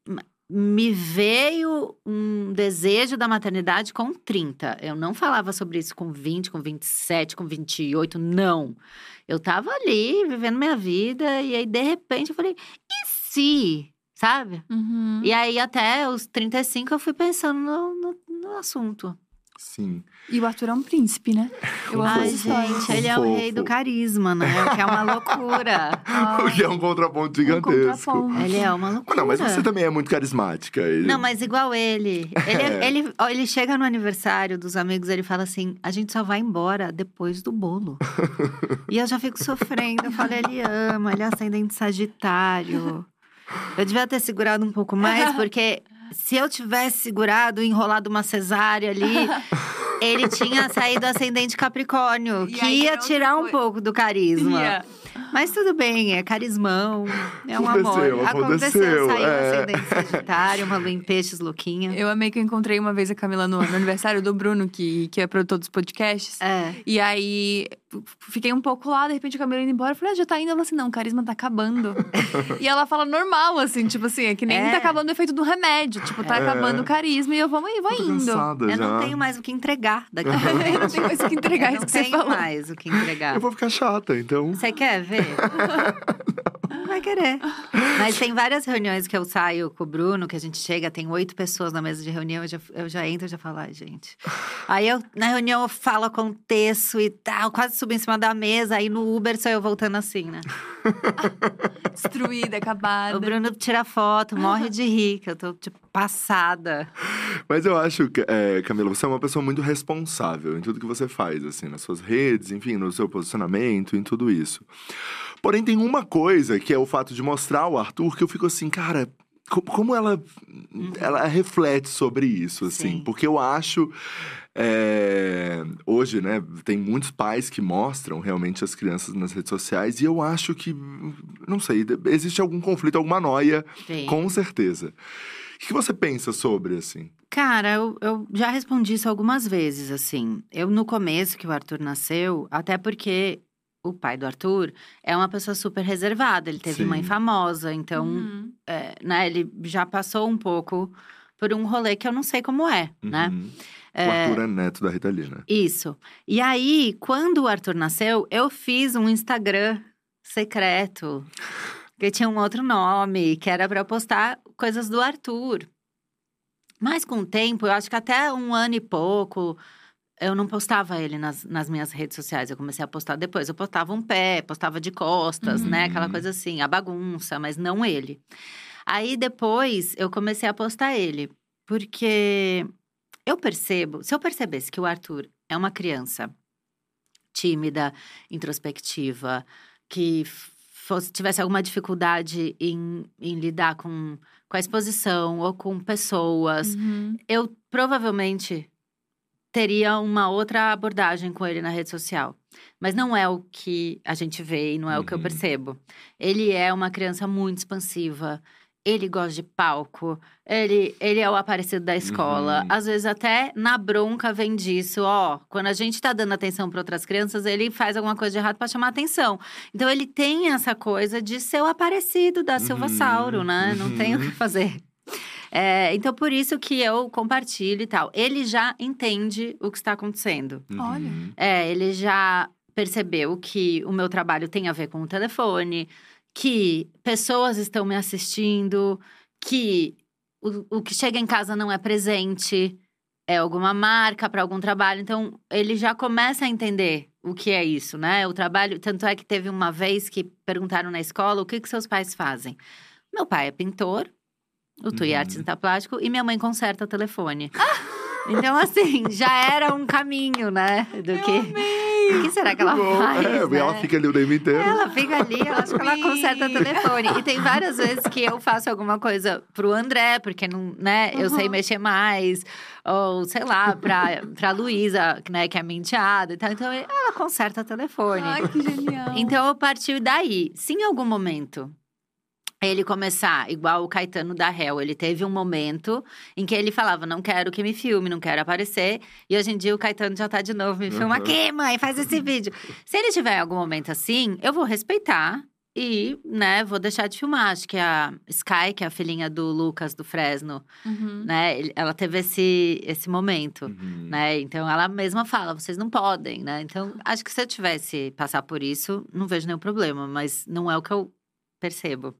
me veio um desejo da maternidade com 30. Eu não falava sobre isso com 20, com 27, com 28, não. Eu tava ali, vivendo minha vida, e aí, de repente, eu falei, e se? Sabe? Uhum. E aí, até os 35, eu fui pensando no assunto. Sim. E o Arthur é um príncipe, né? Eu amo essa história. Gente, ele é o rei do carisma, né? Que é uma loucura. O que é um contraponto gigantesco. Ele é uma loucura. Não, mas você também é muito carismática. Não, mas igual ele. Ele chega no aniversário dos amigos, ele fala assim, a gente só vai embora depois do bolo. E eu já fico sofrendo. Eu falo, ele ama, ele é ascendente Sagitário. Eu devia ter segurado um pouco mais, porque… Se eu tivesse segurado, enrolado uma cesárea ali, ele tinha saído ascendente Capricórnio, que ia tirar um pouco do carisma. Mas tudo bem, é carismão, é um amor. Aconteceu, saiu ascendente Sagitário, uma lua em peixes louquinha. Eu amei que eu encontrei uma vez a Camila no aniversário do Bruno, que é produtor dos podcasts. E aí, fiquei um pouco lá, de repente a Camila indo embora. Eu falei, já tá indo? Ela falou assim, não, o carisma tá acabando. E ela fala normal, assim, tipo assim, é que nem tá acabando o efeito do remédio. Tipo, tá acabando o carisma e eu vou indo. Eu não tenho mais o que eu não tenho mais o que entregar, isso que você falou. Eu não tenho mais o que entregar. Eu vou ficar chata, então. Você quer ver? Não vai querer. Mas tem várias reuniões que eu saio com o Bruno, que a gente chega, tem 8 pessoas na mesa de reunião, eu já entro e já falo, ai, gente. Aí na reunião eu falo, aconteço e tal, quase subo em cima da mesa, aí no Uber sou eu voltando assim, né? Destruída, acabada. O Bruno tira foto, morre de rir, que eu tô, tipo, passada. Mas eu acho que, Camila, você é uma pessoa muito responsável em tudo que você faz, assim, nas suas redes, enfim, no seu posicionamento, em tudo isso. Porém, tem uma coisa que é o fato de mostrar o Arthur, que eu fico assim, cara, como ela reflete sobre isso, assim. Sim. Porque eu acho… hoje, né, tem muitos pais que mostram realmente as crianças nas redes sociais. E eu acho que, não sei, existe algum conflito, alguma noia, com certeza. O que você pensa sobre, assim? Cara, eu já respondi isso algumas vezes, assim. No começo que o Arthur nasceu, até porque… O pai do Arthur é uma pessoa super reservada. Ele teve mãe famosa, então… né, ele já passou um pouco por um rolê que eu não sei como né? O Arthur é neto da Rita Lee, né? Isso. E aí, quando o Arthur nasceu, eu fiz um Instagram secreto. Que tinha um outro nome, que era pra postar coisas do Arthur. Mas com o tempo, eu acho que até 1 ano e pouco… Eu não postava ele nas minhas redes sociais, eu comecei a postar depois. Eu postava um pé, postava de costas, né? Aquela coisa assim, a bagunça, mas não ele. Aí depois eu comecei a postar ele, porque eu percebo, se eu percebesse que o Arthur é uma criança tímida, introspectiva, que tivesse alguma dificuldade em lidar com a exposição ou com pessoas, eu provavelmente… teria uma outra abordagem com ele na rede social. Mas não é o que a gente vê e não é o que eu percebo. Ele é uma criança muito expansiva. Ele gosta de palco. Ele é o aparecido da escola. Às vezes até na bronca vem disso. Quando a gente tá dando atenção para outras crianças, ele faz alguma coisa de errado para chamar atenção. Então ele tem essa coisa de ser o aparecido da Silvassauro, né? Não tem o que fazer. Então, por isso que eu compartilho e tal. Ele já entende o que está acontecendo. Olha. Ele já percebeu que o meu trabalho tem a ver com o telefone, que pessoas estão me assistindo, que o que chega em casa não é presente, é alguma marca para algum trabalho. Então, ele já começa a entender o que é isso, né? O trabalho… Tanto é que teve uma vez que perguntaram na escola o que seus pais fazem. Meu pai é pintor. O Tui é artista plástico e minha mãe conserta o telefone. Então, assim, já era um caminho, né? Amei! O que será que ela faz, né? Ela fica ali o tempo inteiro. Ela fica ali, eu acho que ela conserta o telefone. E tem várias vezes que eu faço alguma coisa pro André, porque não, né, eu sei mexer mais. Ou, sei lá, pra Luísa, né, que é minha enteada e tal. Então, ela conserta o telefone. Ai, que genial! Então, eu parti daí. Se em algum momento… ele começar, igual o Caetano da Hell, ele teve um momento em que ele falava, não quero que me filme, não quero aparecer. E hoje em dia o Caetano já tá de novo, me filma aqui, mãe, faz esse vídeo. Se ele tiver em algum momento assim, eu vou respeitar E, né, vou deixar de filmar. Acho que a Sky, que é a filhinha do Lucas, do Fresno, né? Ela teve esse momento, né? Então, ela mesma fala, vocês não podem, né? Então, acho que se eu tivesse passar por isso, não vejo nenhum problema. Mas não é o que eu percebo.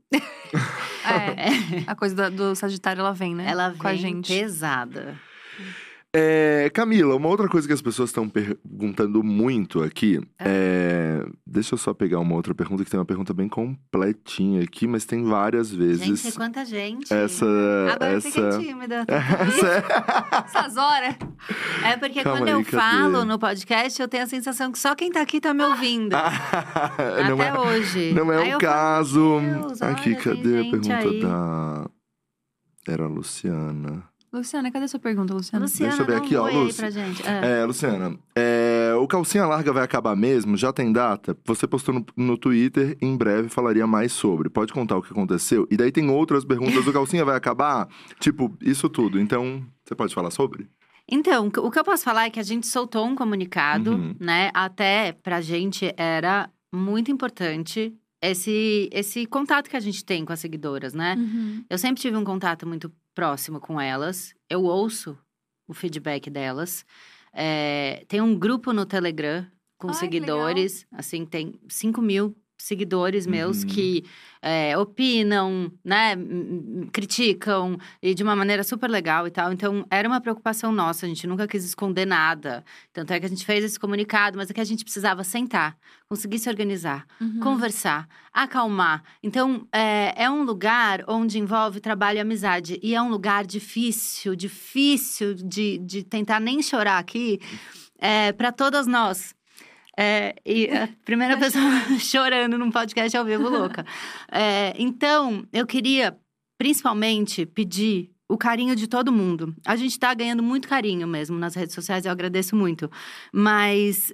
A coisa do Sagitário, ela vem, né? Ela com a vem gente. pesada. Camila, uma outra coisa que as pessoas estão perguntando muito aqui deixa eu só pegar uma outra pergunta, que tem uma pergunta bem completinha aqui, mas tem várias vezes. Gente, quanta gente. Agora eu fiquei tímida. Essas horas. É porque quando eu falo no podcast, eu tenho a sensação que só quem tá aqui tá me ouvindo. Até hoje. Não é o caso. Deus, aqui, olha, cadê a pergunta aí. Era a Luciana. Luciana, cadê a sua pergunta, Luciana? Deixa eu ver aqui, ó, Lúcia. Pra gente. Luciana, o Calcinha Larga vai acabar mesmo? Já tem data? Você postou no Twitter, em breve falaria mais sobre. Pode contar o que aconteceu? E daí tem outras perguntas, o Calcinha vai acabar? Tipo, isso tudo. Então, você pode falar sobre? Então, o que eu posso falar é que a gente soltou um comunicado, né? Até pra gente era muito importante esse contato que a gente tem com as seguidoras, né? Eu sempre tive um contato muito próximo com elas. Eu ouço o feedback delas. Tem um grupo no Telegram com seguidores. Assim, tem 5 mil seguidores meus que opinam, né? Criticam. E de uma maneira super legal e tal. Então, era uma preocupação nossa. A gente nunca quis esconder nada. Tanto é que a gente fez esse comunicado. Mas é que a gente precisava sentar. Conseguir se organizar. Conversar. Acalmar. Então, é um lugar onde envolve trabalho e amizade. E é um lugar difícil de tentar nem chorar aqui. Para todas nós. E a primeira pessoa chorando num podcast ao vivo, louca. Então, eu queria, principalmente, pedir o carinho de todo mundo. A gente tá ganhando muito carinho mesmo nas redes sociais, eu agradeço muito. Mas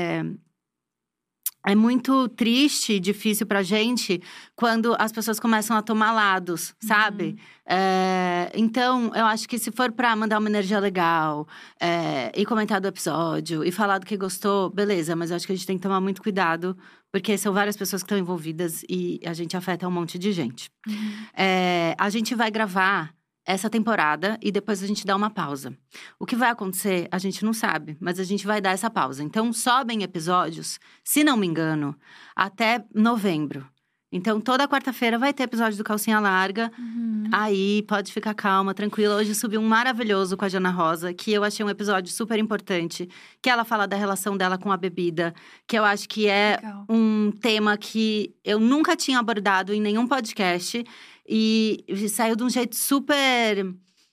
é muito triste e difícil pra gente quando as pessoas começam a tomar lados, sabe? Então, eu acho que se for pra mandar uma energia legal, e comentar do episódio, e falar do que gostou, beleza. Mas eu acho que a gente tem que tomar muito cuidado, porque são várias pessoas que estão envolvidas e a gente afeta um monte de gente. A gente vai gravar essa temporada e depois a gente dá uma pausa. O que vai acontecer, a gente não sabe, mas a gente vai dar essa pausa. Então, sobem episódios, se não me engano, até novembro. Então, toda quarta-feira vai ter episódio do Calcinha Larga. Aí, pode ficar calma, tranquila. Hoje subiu um maravilhoso com a Jana Rosa, que eu achei um episódio super importante. Que ela fala da relação dela com a bebida. Que eu acho que é um tema que eu nunca tinha abordado em nenhum podcast. E saiu de um jeito super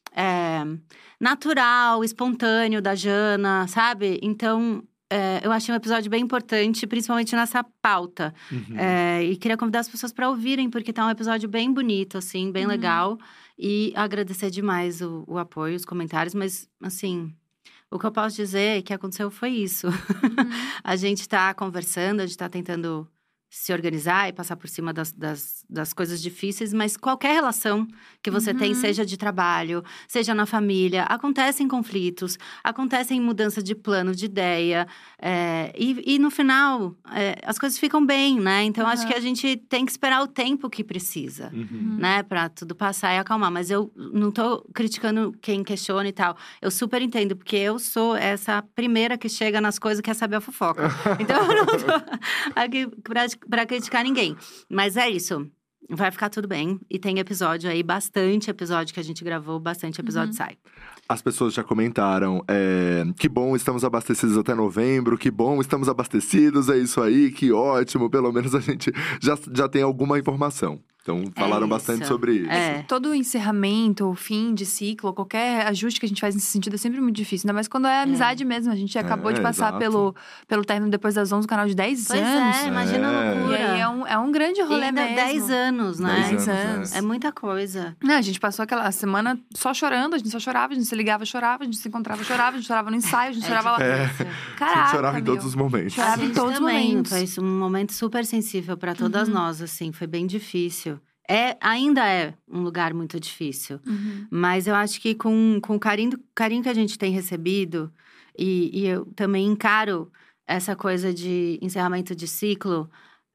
natural, espontâneo da Jana, sabe? Então, eu achei um episódio bem importante, principalmente nessa pauta. E queria convidar as pessoas para ouvirem, porque tá um episódio bem bonito, assim, bem legal. E agradecer demais o apoio, os comentários. Mas, assim, o que eu posso dizer que aconteceu foi isso. A gente tá conversando, a gente tá tentando se organizar e passar por cima das coisas difíceis, mas qualquer relação que você tem, seja de trabalho, seja na família, acontecem conflitos, acontecem mudança de plano, de ideia, e no final, as coisas ficam bem, né? Então, acho que a gente tem que esperar o tempo que precisa, né? Pra tudo passar e acalmar. Mas eu não tô criticando quem questiona e tal. Eu super entendo, porque eu sou essa primeira que chega nas coisas e quer saber a fofoca. Então, eu não tô aqui pra criticar ninguém. Mas é isso. Vai ficar tudo bem. E tem episódio aí, bastante episódio que a gente gravou, bastante episódio sai. As pessoas já comentaram, que bom, estamos abastecidos até novembro, que bom, estamos abastecidos, é isso aí, que ótimo, pelo menos a gente já tem alguma informação. Então, falaram bastante sobre isso. Todo encerramento, fim de ciclo, qualquer ajuste que a gente faz nesse sentido é sempre muito difícil. Ainda mais quando é amizade mesmo. A gente acabou de passar pelo término depois das 11 do canal de 10 anos. Imagina a loucura. E aí é um grande rolê mesmo. 10 anos, né? 10 anos. É muita coisa. Não, a gente passou aquela semana só chorando. A gente só chorava, a gente se ligava, chorava. A gente se encontrava, chorava. A gente chorava no ensaio, a gente chorava lá. Caraca, a gente chorava em todos os momentos. Chorava em todos os momentos. Foi um momento super sensível pra todas nós, assim. Foi bem difícil. Ainda é um lugar muito difícil. Mas eu acho que com o carinho que a gente tem recebido… E eu também encaro essa coisa de encerramento de ciclo…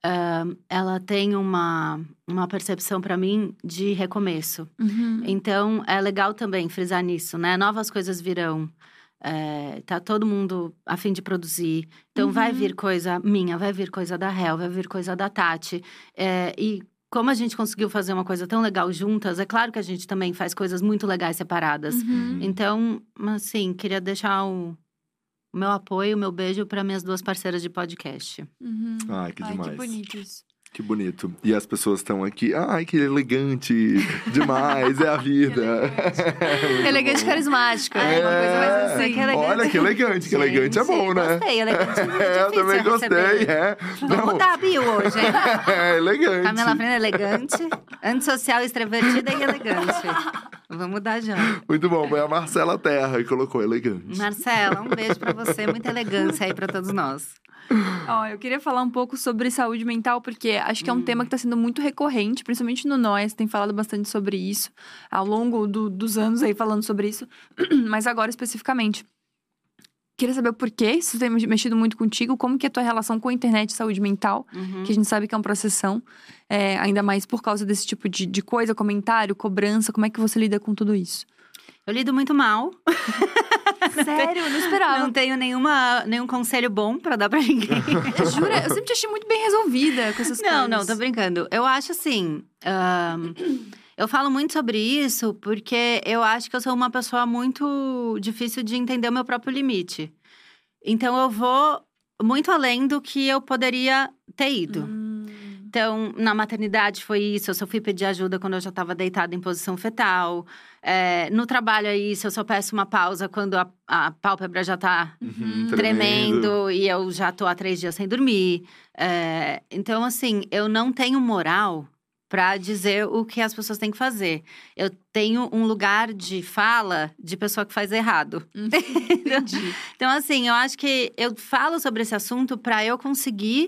ela tem uma percepção para mim de recomeço. Então, é legal também frisar nisso, né? Novas coisas virão. Tá todo mundo a fim de produzir. Então, vai vir coisa minha, vai vir coisa da Hel, vai vir coisa da Tati. E como a gente conseguiu fazer uma coisa tão legal juntas, é claro que a gente também faz coisas muito legais separadas. Então, assim, queria deixar o meu apoio, o meu beijo para minhas 2 parceiras de podcast. Ai, que demais. Que bonito isso. Que bonito. E as pessoas estão aqui, ai, que elegante demais, é a vida. Elegante e carismático. Uma coisa mais assim. Que elegante. Olha, que elegante, que elegante é bom, né? Gostei, elegante. Eu também gostei, Vamos mudar a bio hoje, hein? É elegante. Camila Frenda é elegante, antissocial, extrovertida e elegante. Vamos mudar já. Muito bom, foi a Marcela Terra que colocou elegante. Marcela, um beijo pra você, muita elegância aí pra todos nós. Eu queria falar um pouco sobre saúde mental, porque acho que é um tema que está sendo muito recorrente, principalmente no Nós, tem falado bastante sobre isso, ao longo dos anos aí falando sobre isso, mas agora especificamente. Queria saber o porquê, isso tem mexido muito contigo, como que é a tua relação com a internet e saúde mental, que a gente sabe que é uma processão, ainda mais por causa desse tipo de coisa, comentário, cobrança, como é que você lida com tudo isso? Eu lido muito mal. Sério? Não esperava. Não tenho nenhum conselho bom pra dar pra ninguém. Jura? Eu sempre te achei muito bem resolvida com essas coisas. Não, tô brincando. Eu acho assim… eu falo muito sobre isso porque eu acho que eu sou uma pessoa muito difícil de entender o meu próprio limite. Então, eu vou muito além do que eu poderia ter ido. Então, na maternidade foi isso. Eu só fui pedir ajuda quando eu já estava deitada em posição fetal. No trabalho é isso. Eu só peço uma pausa quando a pálpebra já tá tremendo. E eu já tô há 3 dias sem dormir. Então, assim, eu não tenho moral para dizer o que as pessoas têm que fazer. Eu tenho um lugar de fala de pessoa que faz errado. Entendi. Então, assim, eu acho que eu falo sobre esse assunto para eu conseguir…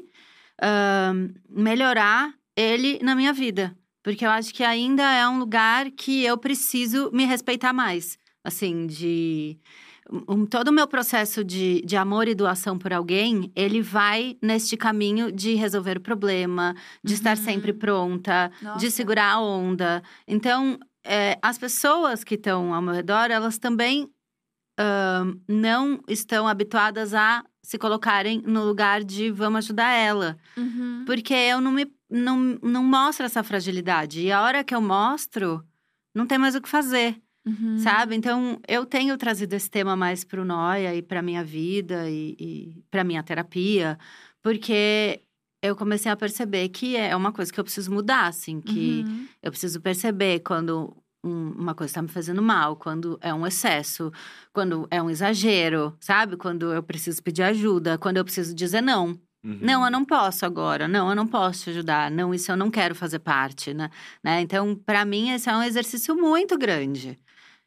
melhorar ele na minha vida. Porque eu acho que ainda é um lugar que eu preciso me respeitar mais. Assim, todo o meu processo de amor e doação por alguém, ele vai neste caminho de resolver o problema, de estar sempre pronta, de segurar a onda. Então, as pessoas que estão ao meu redor, elas também não estão habituadas a se colocarem no lugar de vamos ajudar ela. Porque eu não mostro essa fragilidade. E a hora que eu mostro, não tem mais o que fazer, sabe? Então, eu tenho trazido esse tema mais pro Noia e pra minha vida e pra minha terapia. Porque eu comecei a perceber que é uma coisa que eu preciso mudar, assim. Que eu preciso perceber quando uma coisa está me fazendo mal, quando é um excesso, quando é um exagero, sabe? Quando eu preciso pedir ajuda, quando eu preciso dizer não. Não, eu não posso agora. Não, eu não posso te ajudar. Não, isso eu não quero fazer parte, né? Então, para mim, esse é um exercício muito grande.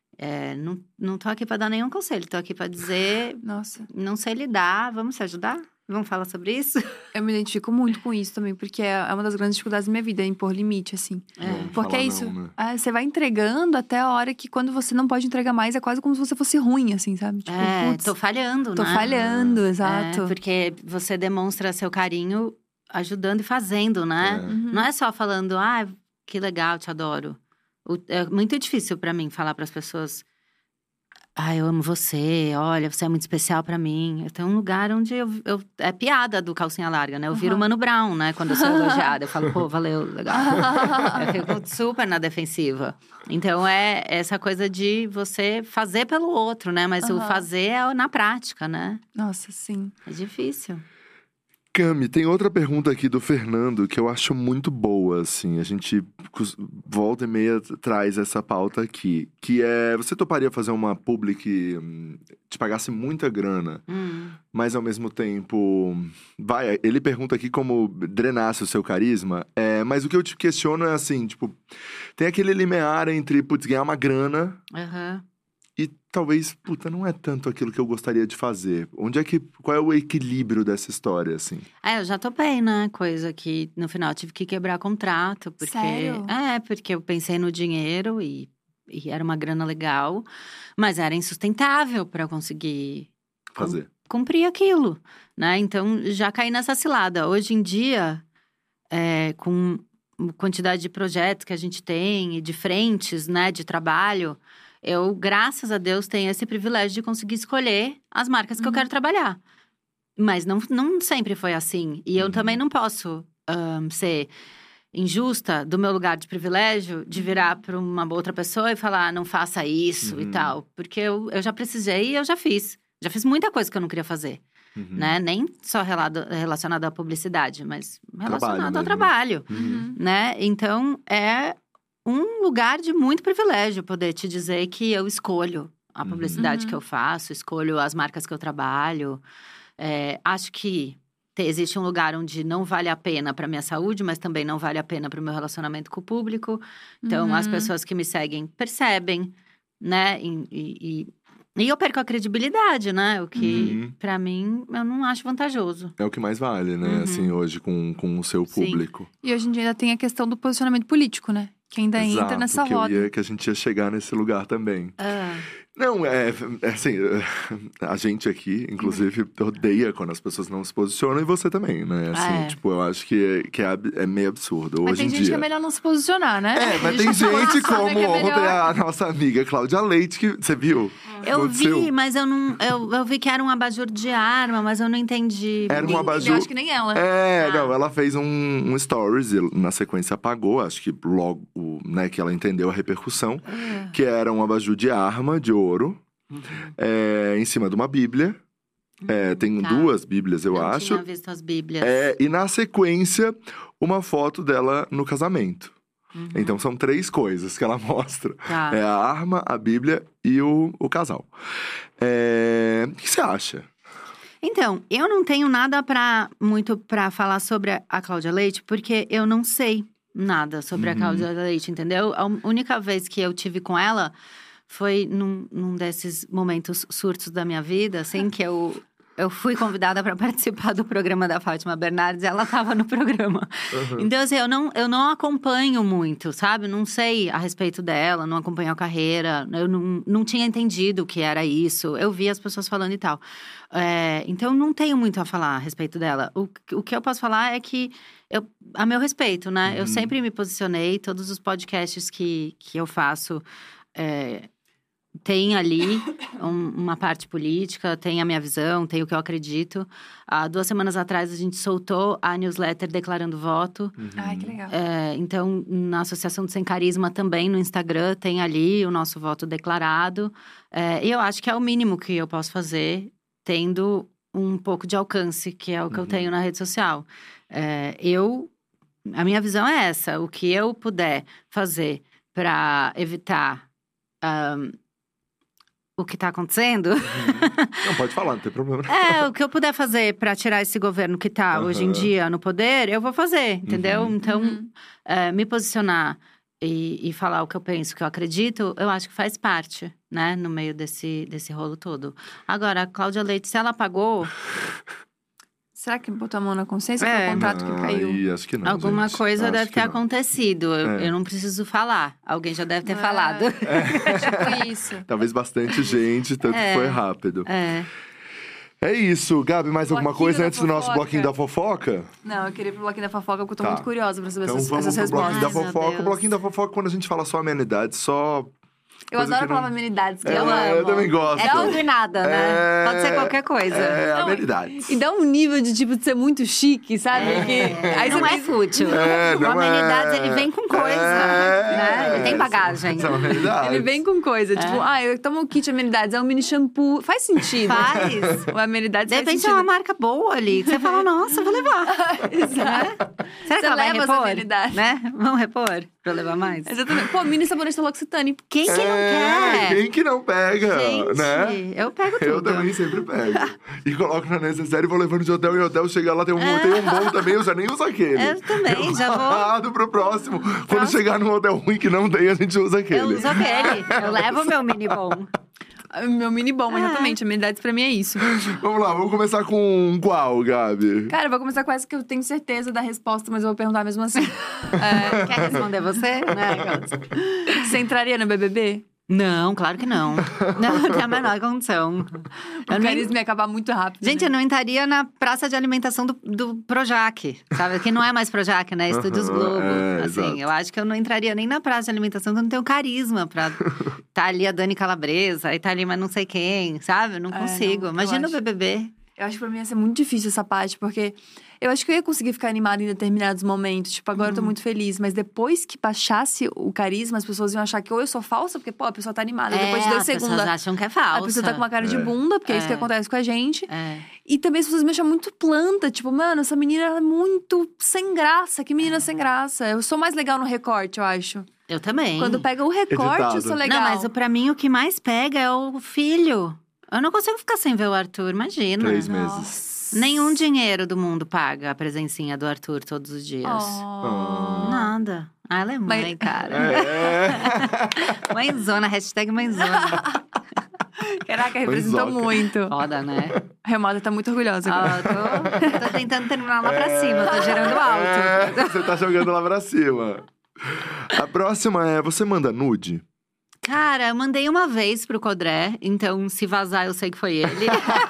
Não tô aqui para dar nenhum conselho. Tô aqui para dizer… Nossa. Não sei lidar. Vamos se ajudar? Vamos falar sobre isso? Eu me identifico muito com isso também, porque é uma das grandes dificuldades da minha vida, impor limite, assim. Porque é isso, não, né? Você vai entregando até a hora que quando você não pode entregar mais, é quase como se você fosse ruim, assim, sabe? Tipo, putz, tô falhando, tô né? falhando, exato. Porque você demonstra seu carinho ajudando e fazendo, né? Não é só falando, que legal, te adoro. É muito difícil pra mim falar pras pessoas… eu amo você, olha, você é muito especial pra mim. Eu tenho um lugar onde é piada do calcinha larga, né? Eu viro Mano Brown, né? Quando eu sou elogiada, eu falo, pô, valeu, legal. Eu fico super na defensiva. Então, é essa coisa de você fazer pelo outro, né? Mas o fazer é na prática, né? Nossa, sim. É difícil. Cami, tem outra pergunta aqui do Fernando que eu acho muito boa, assim. A gente volta e meia traz essa pauta aqui. Que é, você toparia fazer uma publi que te pagasse muita grana, mas ao mesmo tempo… ele pergunta aqui como drenasse o seu carisma. Mas o que eu te questiono é assim, tipo… Tem aquele limiar entre, ganhar uma grana… E talvez, não é tanto aquilo que eu gostaria de fazer. Qual é o equilíbrio dessa história, assim? Eu já topei, né? Coisa que, no final, tive que quebrar contrato. Porque… Sério? Porque eu pensei no dinheiro e era uma grana legal. Mas era insustentável para eu conseguir… Fazer. Cumprir aquilo, né? Então, já caí nessa cilada. Hoje em dia… com quantidade de projetos que a gente tem e de frentes, né, de trabalho, eu, graças a Deus, tenho esse privilégio de conseguir escolher as marcas que eu quero trabalhar. Mas não sempre foi assim. E eu também não posso ser injusta do meu lugar de privilégio, de virar para uma outra pessoa e falar, não faça isso e tal. Porque eu já precisei e eu já fiz. Já fiz muita coisa que eu não queria fazer. Né? Nem só relacionado à publicidade, mas relacionado ao trabalho. Né? Então, é um lugar de muito privilégio poder te dizer que eu escolho a publicidade que eu faço, escolho as marcas que eu trabalho. Acho que existe um lugar onde não vale a pena para minha saúde, mas também não vale a pena para o meu relacionamento com o público. Então, as pessoas que me seguem percebem, né? E eu perco a credibilidade, né? O que, pra mim, eu não acho vantajoso. É o que mais vale, né? Assim, hoje, com o seu público. Sim. E hoje em dia ainda tem a questão do posicionamento político, né? Que ainda entra nessa roda. Que a gente ia chegar nesse lugar também. Não, assim, a gente aqui, inclusive, odeia quando as pessoas não se posicionam. E você também, né? Assim, tipo, eu acho que é meio absurdo mas hoje em dia. Tem gente que é melhor não se posicionar, né? Mas tem gente como ontem a nossa amiga Cláudia Leite, que você viu? Eu vi, mas eu não… Eu vi que era um abajur de arma, mas eu não entendi. Era um abajur… Eu acho que nem ela. Não, ela fez um stories e na sequência apagou. Acho que logo, né, que ela entendeu a repercussão. Que era um abajur de arma, de ouro. Em cima de uma bíblia. Tem 2 bíblias, eu acho. Eu tinha visto as bíblias. E na sequência, uma foto dela no casamento. Então, são 3 coisas que ela mostra. É a arma, a bíblia e o casal. O que você acha? Então, eu não tenho nada muito pra falar sobre a Cláudia Leite, porque eu não sei nada sobre a Cláudia Leite, entendeu? A única vez que eu tive com ela foi num desses momentos surtos da minha vida, assim, que eu fui convidada para participar do programa da Fátima Bernardes e ela estava no programa. Então, assim, eu não acompanho muito, sabe? Não sei a respeito dela, não acompanho a carreira. Eu não tinha entendido o que era isso. Eu vi as pessoas falando e tal. Então, não tenho muito a falar a respeito dela. O que eu posso falar é que, a meu respeito, né? Eu sempre me posicionei, todos os podcasts que eu faço… Tem ali uma parte política, tem a minha visão, tem o que eu acredito. Há 2 semanas atrás, a gente soltou a newsletter declarando voto. Ai, que legal. Então, na Associação do Sem Carisma também, no Instagram, tem ali o nosso voto declarado. E eu acho que é o mínimo que eu posso fazer, tendo um pouco de alcance, que é o que eu tenho na rede social. A minha visão é essa. O que eu puder fazer para evitar… o que tá acontecendo. Não, pode falar, não tem problema. O que eu puder fazer pra tirar esse governo que tá hoje em dia no poder, eu vou fazer, entendeu? Então, me posicionar e falar o que eu penso, o que eu acredito, eu acho que faz parte, né? No meio desse rolo todo. Agora, a Cláudia Leite, se ela pagou… Será que botou a mão na consciência? Foi o contrato que caiu? Acho que não, Alguma coisa deve ter acontecido. Eu não preciso falar. Alguém já deve ter falado. Tipo isso. Talvez bastante gente, tanto que foi rápido. É isso. Gabi, mais alguma coisa antes do nosso bloquinho da fofoca? Não, eu queria ir pro bloquinho da fofoca, porque eu tô muito curiosa pra saber então, essas respostas. Bloquinho da fofoca. O bloquinho da fofoca, quando a gente fala só amenidades, só… Eu adoro a palavra amenidades, que eu amo. Eu também gosto. É tudo e nada, né? Pode ser qualquer coisa. Amenidades. E dá um nível de, tipo, de ser muito chique, sabe? Aí não é fútil. O amenidades, ele vem com coisa, né? Ele tem bagagem. São amenidades. Ele vem com coisa. Tipo, eu tomo um kit amenidades, é um mini shampoo. Faz sentido. Faz. O amenidades de repente é uma marca boa ali. Que você fala, nossa, vou levar. Exato. Será que ela vai repor? Amenidades. Né? Vamos repor? Pra eu levar mais? Exatamente. Pô, mini sabonete L'Occitane. Quem que não quer? Quem que não pega, gente, né? Eu pego tudo. Eu também sempre pego. E coloco na necessaire e vou levando de hotel em hotel. Chegar lá, tem um bom também, eu já nem uso aquele. Eu também, já vou… pro próximo. Quando chegar num hotel ruim que não tem, a gente usa aquele. Eu uso aquele. Eu levo o meu mini bom. Meu mini bom, exatamente. Amenidades pra mim é isso. Vamos lá, vamos começar com qual, Gabi? Cara, eu vou começar com essa que eu tenho certeza da resposta, mas eu vou perguntar mesmo assim. Quer responder você? Você entraria no BBB? Não, claro que não. Não tem a menor condição. O carisma ia acabar muito rápido. Gente, eu não entraria na praça de alimentação do Projac, sabe? Que não é mais Projac, né? Estúdios Globo. Assim, exato. Eu acho que eu não entraria nem na praça de alimentação, que eu não tenho carisma pra tá ali a Dani Calabresa, e tá ali mas não sei quem, sabe? Eu não consigo. Não, imagina o BBB. Eu acho que pra mim ia ser muito difícil essa parte, porque eu acho que eu ia conseguir ficar animada em determinados momentos. Tipo, agora eu tô muito feliz. Mas depois que baixasse o carisma, as pessoas iam achar que ou eu sou falsa, porque, pô, a pessoa tá animada. Depois de 2 segundos. As pessoas acham que é falsa. A pessoa tá com uma cara de bunda, porque é isso que acontece com a gente. E também as pessoas me acham muito planta. Tipo, mano, essa menina é muito sem graça. Que menina sem graça. Eu sou mais legal no recorte, eu acho. Eu também. Quando pega o recorte, eu sou legal. Não, mas pra mim o que mais pega é o filho. Eu não consigo ficar sem ver o Arthur, imagina. 3 meses. Nenhum dinheiro do mundo paga a presencinha do Arthur todos os dias. Nada. Ah, ela é mãe, cara. Mãezona, hashtag mãezona. Caraca, representou muito. Foda, né? A Remada tá muito orgulhosa agora. Tô tentando terminar lá pra cima, tô gerando alto. Você tá jogando lá pra cima. A próxima é, você manda nude? Cara, eu mandei uma vez pro Codré, então se vazar eu sei que foi ele.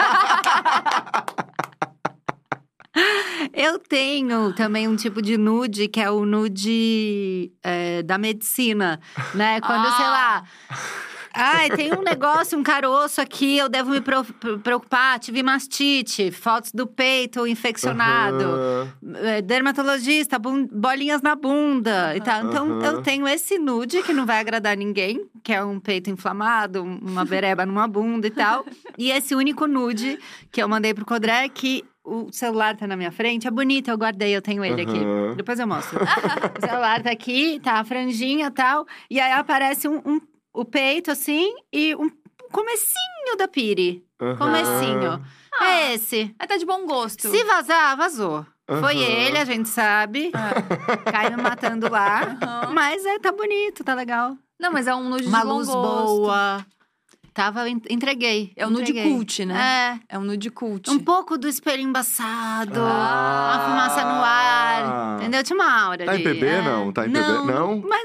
Eu tenho também um tipo de nude, que é o nude da medicina, né? Quando, sei lá… Ai, tem um negócio, um caroço aqui, eu devo me preocupar. Tive mastite, fotos do peito infeccionado, dermatologista, bolinhas na bunda e tal. Então, eu tenho esse nude que não vai agradar ninguém, que é um peito inflamado, uma bereba numa bunda e tal. E esse único nude que eu mandei pro Codré, que o celular tá na minha frente, é bonito, eu guardei, eu tenho ele aqui. Depois eu mostro. O celular tá aqui, tá a franjinha e tal, e aí aparece o peito, assim, e um comecinho da piri. Comecinho. É esse. Tá de bom gosto. Se vazar, vazou. Foi ele, a gente sabe. Cai me matando lá. Mas tá bonito, tá legal. Não, mas é um nude de uma bom luz gosto. Boa. Entreguei. É um nude cult, né? É um nude cult. Um pouco do espelho embaçado. A fumaça no ar. Entendeu? Tinha uma aura tá ali. Tá em PB, não? Tá em PB, não? Mas,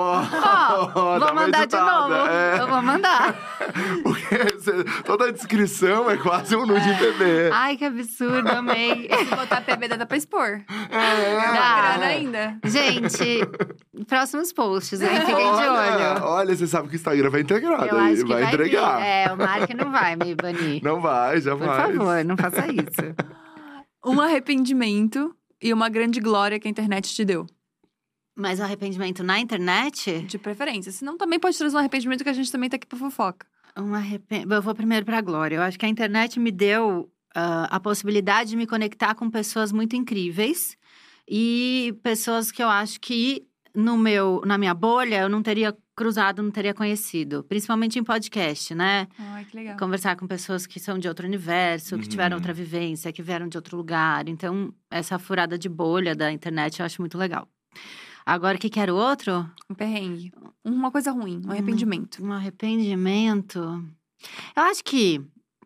vou mandar de novo. Eu vou mandar. Porque toda a descrição é quase um nude em PB. Ai, que absurdo, amei. Se botar PB, dá pra expor. Dá grana ainda. Gente, próximos posts, hein? Fiquem de olho. Olha, você sabe que o Instagram vai integrar. Eu acho que vai entregar. O Mark não vai me banir. Não vai, jamais. Por favor, não faça isso. Um arrependimento e uma grande glória que a internet te deu. Mas o arrependimento na internet? De preferência. Senão também pode trazer um arrependimento, que a gente também tá aqui pra fofoca. Eu vou primeiro pra glória. Eu acho que a internet me deu a possibilidade de me conectar com pessoas muito incríveis. E pessoas que eu acho que na minha bolha eu não teria cruzado, não teria conhecido. Principalmente em podcast, né? Ai, que legal. Conversar com pessoas que são de outro universo, que tiveram outra vivência, que vieram de outro lugar. Então, essa furada de bolha da internet eu acho muito legal. Agora, o que era o outro? Um perrengue. Uma coisa ruim, um arrependimento. Um arrependimento… Eu acho que…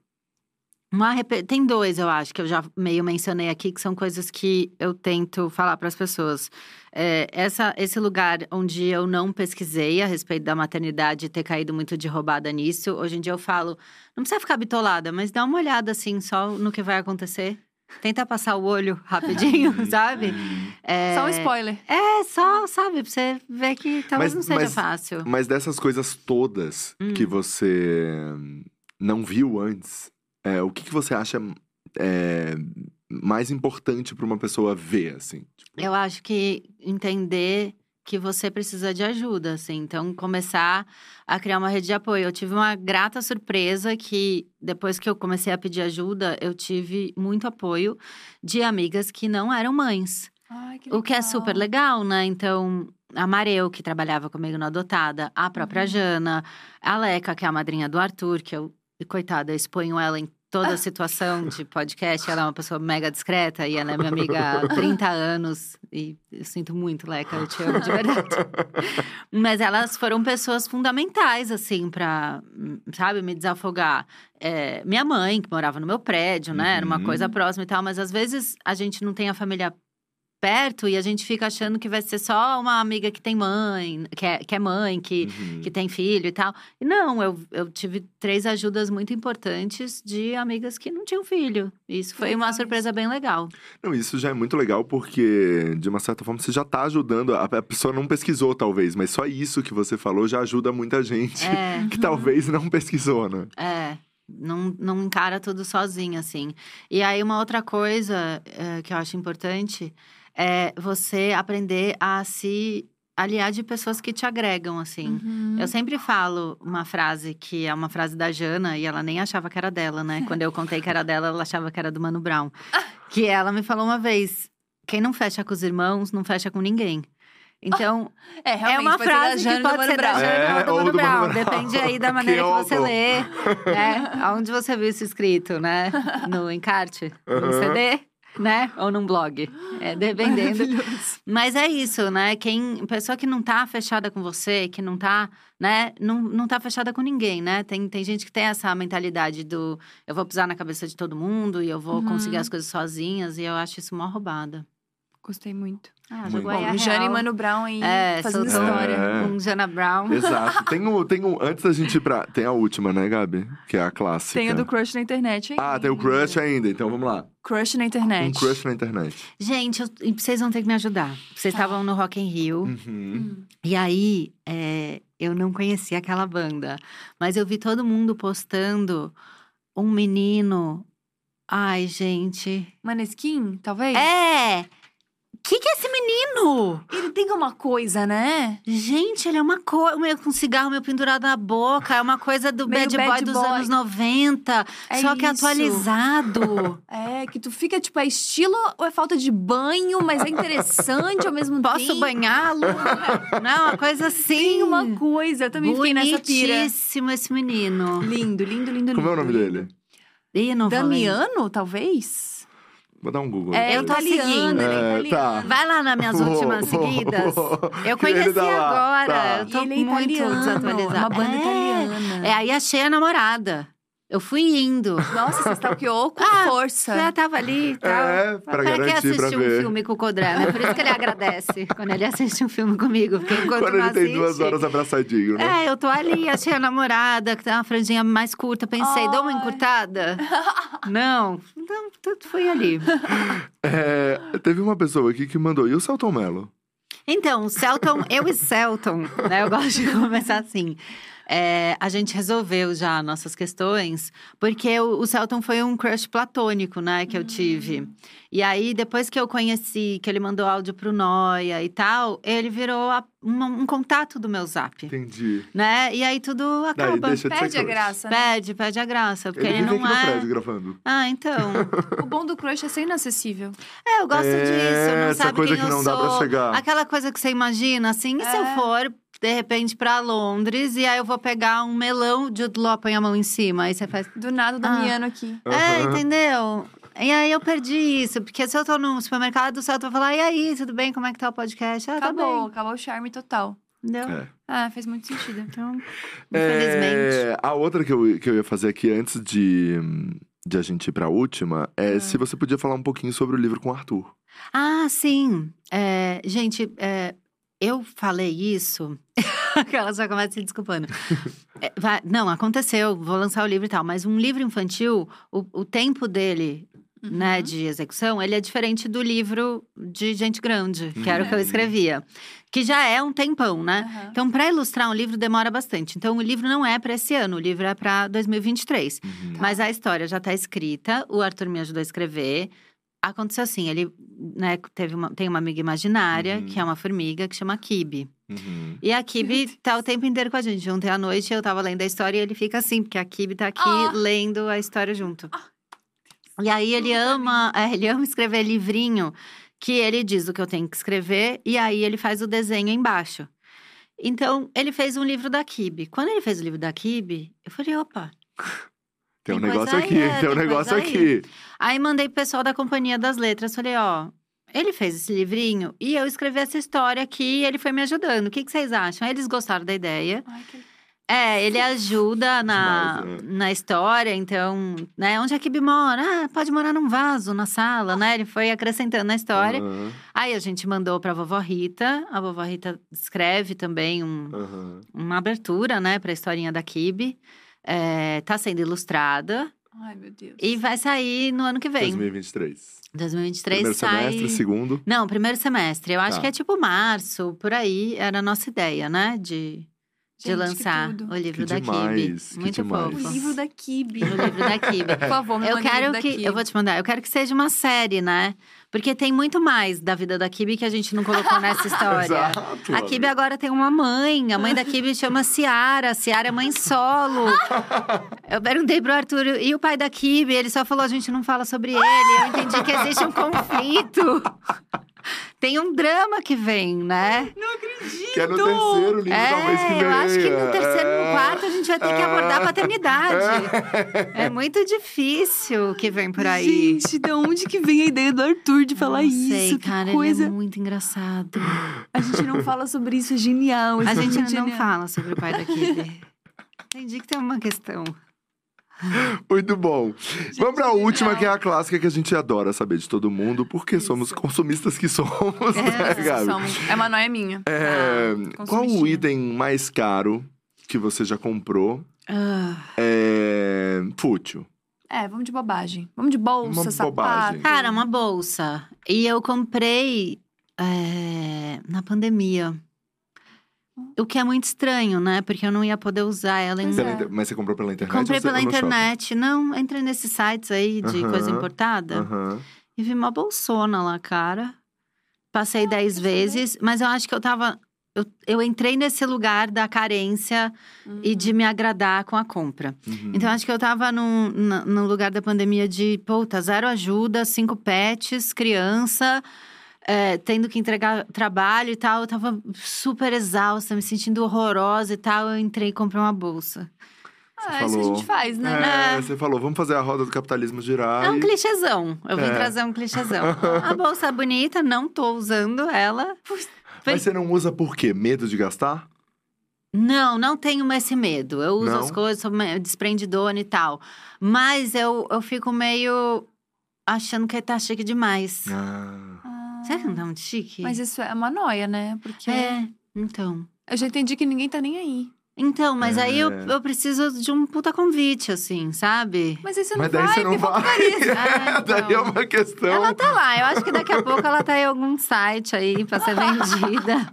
Tem 2, eu acho, que eu já meio mencionei aqui, que são coisas que eu tento falar para as pessoas. Esse lugar onde eu não pesquisei a respeito da maternidade e ter caído muito de roubada nisso, hoje em dia eu falo, não precisa ficar bitolada, mas dá uma olhada, assim, só no que vai acontecer. Tenta passar o olho rapidinho, sabe? Só um spoiler. Só, sabe? Pra você ver que talvez não seja fácil. Mas dessas coisas todas que você não viu antes… o que você acha mais importante para uma pessoa ver, assim? Eu acho que entender que você precisa de ajuda, assim. Então, começar a criar uma rede de apoio. Eu tive uma grata surpresa que, depois que eu comecei a pedir ajuda, eu tive muito apoio de amigas que não eram mães. Ai, que legal. O que é super legal, né? Então… A Mareu, que trabalhava comigo na Adotada. A própria Jana. A Leca, que é a madrinha do Arthur, que eu… Coitada, eu exponho ela em toda a situação de podcast. Ela é uma pessoa mega discreta e ela é minha amiga há 30 anos. E eu sinto muito, Leca, eu te amo de verdade. Mas elas foram pessoas fundamentais, assim, pra, sabe, me desafogar. Minha mãe, que morava no meu prédio, né? Era uma coisa próxima e tal. Mas às vezes a gente não tem a família perto e a gente fica achando que vai ser só uma amiga que tem mãe, que é mãe, que tem filho e tal. E não, eu tive 3 ajudas muito importantes de amigas que não tinham filho. Isso foi uma surpresa bem legal. Não, isso já é muito legal porque, de uma certa forma, você já tá ajudando. A pessoa não pesquisou, talvez, mas só isso que você falou já ajuda muita gente que talvez não pesquisou, né? Não encara tudo sozinho, assim. E aí, uma outra coisa que eu acho importante é você aprender a se aliar de pessoas que te agregam, assim. Eu sempre falo uma frase que é uma frase da Jana, e ela nem achava que era dela, né? Quando eu contei que era dela, ela achava que era do Mano Brown. Que ela me falou uma vez, quem não fecha com os irmãos, não fecha com ninguém. Então, é uma frase que pode ser da Jana ou do Mano Brown. Depende aí da maneira que você lê, né? Aonde você viu isso escrito, né? No encarte, no CD, né? Ou num blog. Dependendo. Mas é isso, né? Pessoa que não tá fechada com você, que não tá, né? Não tá fechada com ninguém, né? Tem gente que tem essa mentalidade do… Eu vou pisar na cabeça de todo mundo e eu vou conseguir as coisas sozinhas. E eu acho isso mó roubada. Gostei muito. Jogou aí a Jana e Mano Brown aí, fazendo história. Com Jana Brown. Exato. Antes da gente ir pra… Tem a última, né, Gabi? Que é a clássica. Tem o do crush na internet ainda. Tem o crush ainda. Então, vamos lá. Crush na internet. Um crush na internet. Gente, vocês vão ter que me ajudar. Vocês estavam no Rock in Rio. E aí, eu não conhecia aquela banda. Mas eu vi todo mundo postando um menino… Ai, gente… Maneskin, talvez? Que é esse menino? Ele tem uma coisa, né? Gente, ele é uma coisa… Com cigarro meio pendurado na boca. É uma coisa do bad boy dos anos 90. Só que atualizado. Que tu fica, tipo, é estilo ou é falta de banho? Mas é interessante ao mesmo tempo. Posso banhá-lo? Não, uma coisa assim. Tem uma coisa, eu também fiquei nessa pira. Bonitíssimo esse menino. Lindo, lindo, lindo, Como é o nome dele? Damiano, talvez? Vou dar um Google. Eu tô seguindo. Tá. Vai lá nas minhas últimas seguidas. Eu conheci agora. Tá. Eu tô ele muito desatualizada. Uma banda italiana. Aí achei a namorada. Eu fui indo. Nossa, você stalkeou com força. Já tava ali e tal. Pra garantir, pra ver. um filme com o Codré, né? Por isso que ele agradece quando ele assiste um filme comigo. Porque quando ele tem 2 horas abraçadinho, né? Eu tô ali, achei a namorada, que tem uma franjinha mais curta. Pensei, dou uma encurtada? Não. Então, fui ali. Teve uma pessoa aqui que mandou, e o Celton Mello? Então, eu e Celton, né? Eu gosto de começar assim. A gente resolveu já nossas questões, porque o Celton foi um crush platônico, né, que eu tive. E aí, depois que eu conheci, que ele mandou áudio pro Noia e tal, ele virou um contato do meu Zap. Entendi. Né? E aí tudo acaba. Perde a graça, né? Pede a graça, porque ele não não aqui no prédio gravando. Então. O bom do crush é ser inacessível. Eu gosto disso, não essa sabe coisa quem que eu não sou. dá pra chegar. Aquela coisa que você imagina, assim, e se eu for… De repente, pra Londres, e aí eu vou pegar um melão, de Jude Law põe a mão em cima, aí você faz… Do nada, o Damiano aqui. Entendeu? E aí eu perdi isso, porque se eu tô no supermercado, o Celto vai falar, e aí, tudo bem? Como é que tá o podcast? Acabou o charme total. Entendeu? Fez muito sentido. Então, infelizmente. A outra que eu ia fazer aqui antes de a gente ir pra última, se você podia falar um pouquinho sobre o livro com o Arthur. Sim. Gente, eu falei isso… Ela já começa se desculpando. Não, aconteceu, vou lançar o livro e tal. Mas um livro infantil, o tempo dele, né, de execução… Ele é diferente do livro de gente grande, que era o que eu escrevia. Que já é um tempão, né? Então, para ilustrar um livro, demora bastante. Então, o livro não é para esse ano, o livro é para 2023. Mas a história já tá escrita, o Arthur me ajudou a escrever… Aconteceu assim, ele, né, tem uma amiga imaginária, que é uma formiga, que chama Kibi. E a Kibi tá o tempo inteiro com a gente. Ontem à noite eu tava lendo a história e ele fica assim, porque a Kibi tá aqui lendo a história junto. E aí ele ama escrever livrinho, que ele diz o que eu tenho que escrever, e aí ele faz o desenho embaixo. Então, ele fez um livro da Kibi. Quando ele fez o livro da Kibi, eu falei, opa… Tem um negócio aqui, tem um negócio aqui. Aí mandei pro pessoal da Companhia das Letras, falei, ele fez esse livrinho e eu escrevi essa história aqui e ele foi me ajudando. O que vocês acham? Aí eles gostaram da ideia. Ele ajuda na história, então, né? Onde a Kibi mora? Pode morar num vaso, na sala, né? Ele foi acrescentando na história. Aí a gente mandou pra vovó Rita. A vovó Rita escreve também uma abertura, né? Pra historinha da Kibi. Tá sendo ilustrada. Ai, meu Deus. E vai sair no ano que vem. 2023. 2023 primeiro sai… semestre, segundo? Não, primeiro semestre. Eu acho que é tipo março, por aí. Era a nossa ideia, né? De lançar o livro da Kibi. Muito fofo. O livro da Kibi. O livro da Kibi. Por favor, me mande o livro da Kibi. Eu vou te mandar. Eu quero que seja uma série, né? Porque tem muito mais da vida da Kibi que a gente não colocou nessa história. Exato. A Kibi agora tem uma mãe. A mãe da Kibi chama Ciara. Ciara é mãe solo. Eu perguntei pro Arthur, e o pai da Kibi? Ele só falou, a gente não fala sobre ele. Eu entendi que existe um conflito. Tem um drama que vem, né? Não acredito! Que é no terceiro livro, talvez que venha. Eu acho que no terceiro e no quarto a gente vai ter que abordar a paternidade. É muito difícil o que vem por aí. Gente, de onde que vem a ideia do Arthur de falar isso? Não sei, cara, coisa... ele é muito engraçado. A gente não fala sobre isso, é genial. A gente não fala sobre o pai da Kibi. Entendi que tem uma questão. Muito bom. Vamos pra última, que é a clássica que a gente adora saber de todo mundo, porque somos consumistas que somos, né, Gabi? É uma noia minha. Qual o item mais caro que você já comprou? Fútil. Vamos de bobagem. Vamos de bolsa, sapato. Cara, uma bolsa. E eu comprei na pandemia. O que é muito estranho, né? Porque eu não ia poder usar ela em… Mas você comprou pela internet? Comprei pela internet. Não, entrei nesses sites aí de coisa importada. E vi uma bolsona lá, cara. Passei 10 vezes. Mas eu acho que eu tava… Eu entrei nesse lugar da carência e de me agradar com a compra. Então, acho que eu tava no lugar da pandemia de… Puta, 0 ajuda, 5 pets, criança… tendo que entregar trabalho e tal, eu tava super exausta, me sentindo horrorosa e tal. Eu entrei e comprei uma bolsa. Isso a gente faz, né? Você falou, vamos fazer a roda do capitalismo girar. É um clichêzão. Eu vim trazer um clichêzão. A bolsa é bonita, não tô usando ela. Mas você não usa por quê? Medo de gastar? Não tenho esse medo. Eu uso as coisas, sou desprendidona e tal. Mas eu fico meio achando que tá chique demais. Será que não tá muito chique? Mas isso é uma noia, né? Porque… então… Eu já entendi que ninguém tá nem aí. Então, mas aí eu preciso de um puta convite, assim, sabe? Mas aí você não vai, daí você não vai. Então. Daí é uma questão… Ela tá lá, eu acho que daqui a pouco ela tá em algum site aí pra ser vendida.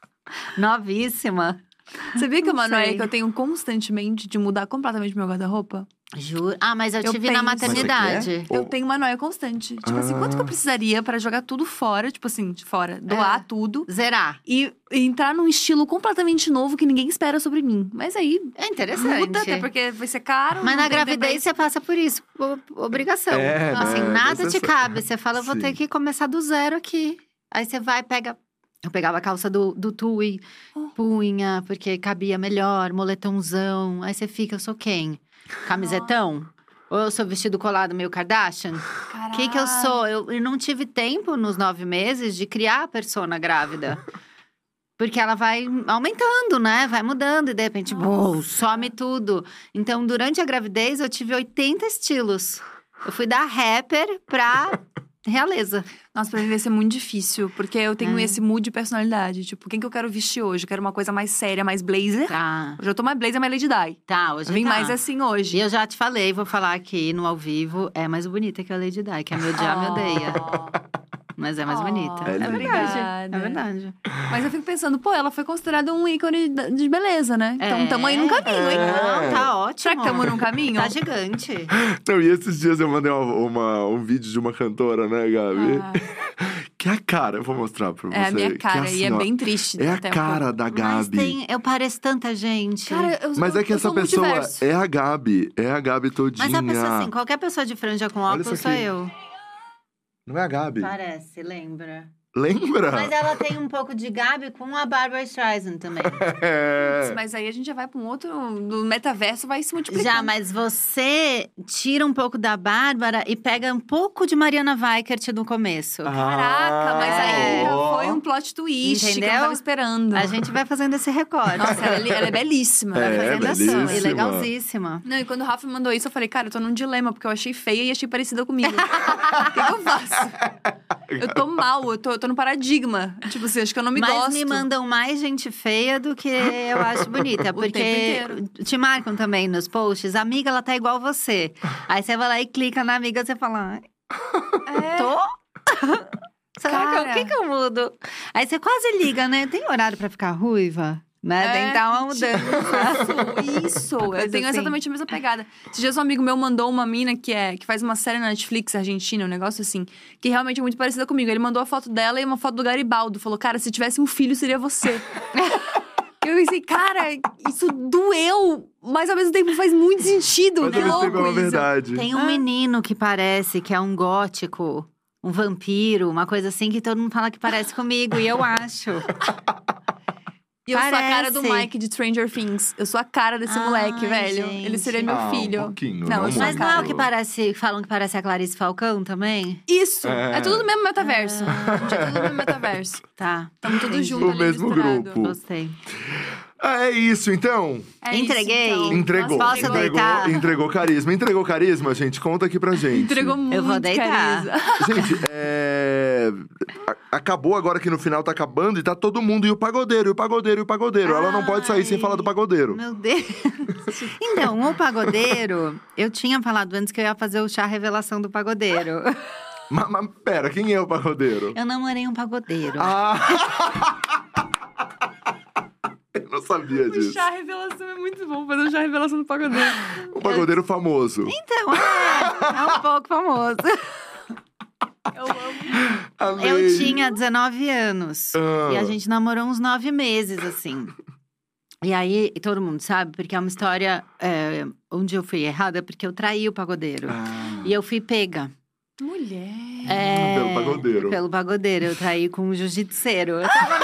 Novíssima. Você viu que é uma noia que eu tenho constantemente de mudar completamente meu guarda-roupa? Juro. Mas eu tive na maternidade. Eu tenho uma noia constante. Tipo assim, quanto que eu precisaria pra jogar tudo fora? Tipo assim, fora. Doar tudo. Zerar. E entrar num estilo completamente novo que ninguém espera sobre mim. Mas aí… É interessante. Muda, até porque vai ser caro. Mas na gravidez você passa por isso. Obrigação. Assim, nada te cabe. Você fala, eu vou ter que começar do zero aqui. Aí você vai, pega… Eu pegava a calça do Tui, punha, porque cabia melhor, moletãozão. Aí você fica, eu sou quem? Camisetão? Ou eu sou vestido colado meio Kardashian? O que eu sou? Eu não tive tempo nos 9 meses de criar a persona grávida. Porque ela vai aumentando, né? Vai mudando e de repente, some tudo. Então, durante a gravidez, eu tive 80 estilos. Eu fui da rapper pra… realeza. Nossa, pra mim vai ser muito difícil. Porque eu tenho esse mood de personalidade. Tipo, quem que eu quero vestir hoje? Eu quero uma coisa mais séria, mais blazer. Hoje eu tô mais blazer, mais Lady Di. Hoje eu vim mais assim hoje. E eu já te falei, vou falar aqui no ao vivo. É mais bonita que a Lady Di. Que é me odiar, me odeia. Mas é mais bonita. É verdade. É verdade. Mas eu fico pensando, ela foi considerada um ícone de beleza, né? Então tamo aí num caminho, hein? Não, tá ótimo. Será que tamo num caminho? Tá gigante. Não, e esses dias eu mandei um vídeo de uma cantora, né, Gabi? Que é a cara, eu vou mostrar pra você. É a minha cara, e é bem triste. É a cara da Gabi. Mas eu pareço tanta gente. Cara, mas é que essa pessoa é a Gabi todinha. Mas a pessoa assim, qualquer pessoa de franja com óculos sou eu. Não é a Gabi? Parece, lembra. Lembra? Mas ela tem um pouco de Gabi com a Barbra Streisand também. Mas aí a gente já vai pra um outro… No metaverso vai se multiplicar. Já, mas você tira um pouco da Bárbara e pega um pouco de Mariana Weikert no começo. Caraca, mas aí já foi um plot twist. Entendeu? Que eu não tava esperando. A gente vai fazendo esse recorte. Nossa, ela é belíssima. Vai fazendo belíssima. ação. E legalzíssima. Não, e quando o Rafa me mandou isso, eu falei, cara, eu tô num dilema, porque eu achei feia e achei parecida comigo. O que eu faço? Eu tô mal, eu tô no paradigma. Tipo assim, acho que eu não me gosto. Mas me mandam mais gente feia do que eu acho bonita. O Porque tempo inteiro. te marcam também nos posts. Amiga, ela tá igual você. Aí você vai lá e clica na amiga, você fala… Tô? Será Cara. que eu mudo? Aí você quase liga, né? Tem horário pra ficar ruiva? Né? Tem que dar uma mudança. Isso. Eu tenho exatamente a mesma pegada. Esses dias um amigo meu mandou uma mina que faz uma série na Netflix argentina, um negócio assim, que realmente é muito parecida comigo. Ele mandou a foto dela e uma foto do Garibaldo. Falou, cara, se tivesse um filho, seria você. Eu pensei, cara, isso doeu, mas ao mesmo tempo faz muito sentido. Mas ao mesmo tempo é uma verdade. Tem um menino que parece que é um gótico, um vampiro, uma coisa assim, que todo mundo fala que parece comigo. E eu acho. E eu sou a cara do Parece. Mike de Stranger Things. Eu sou a cara desse moleque, velho. gente. Ele seria meu filho. Um pouquinho, Não, não eu sou a Mas não cara. é o que parece, falam que parece a Clarice Falcão também? Isso! É tudo no mesmo metaverso. Gente, é tudo no mesmo metaverso. Tá. Estamos todos Entendi. juntos O ali, mesmo misturado. grupo. Gostei. É isso, então. É isso, Entreguei. então. Entregou. Nossa, Posso entregou. deitar? Entregou carisma. Entregou carisma, gente? Conta aqui pra gente. Entregou muito vou deitar. carisma. Gente, acabou agora que no final tá acabando e tá todo mundo. E o pagodeiro, e o pagodeiro, e o pagodeiro. Ela não pode sair sem falar do pagodeiro. Meu Deus. Então, o pagodeiro… Eu tinha falado antes que eu ia fazer o chá revelação do pagodeiro. Mas pera, quem é o pagodeiro? Eu namorei um pagodeiro. Eu não sabia O disso. chá revelação é muito bom. Fazer um chá revelação do pagodeiro. Um pagodeiro famoso. Então, é um pouco famoso. Eu amo. Amei. Eu tinha 19 anos. Ah. E a gente namorou uns 9 meses, assim. E aí, todo mundo sabe, porque é uma história onde eu fui errada, porque eu traí o pagodeiro. E eu fui pega. Mulher. Pelo pagodeiro. Pelo pagodeiro. Eu traí com um jiu-jitseiro.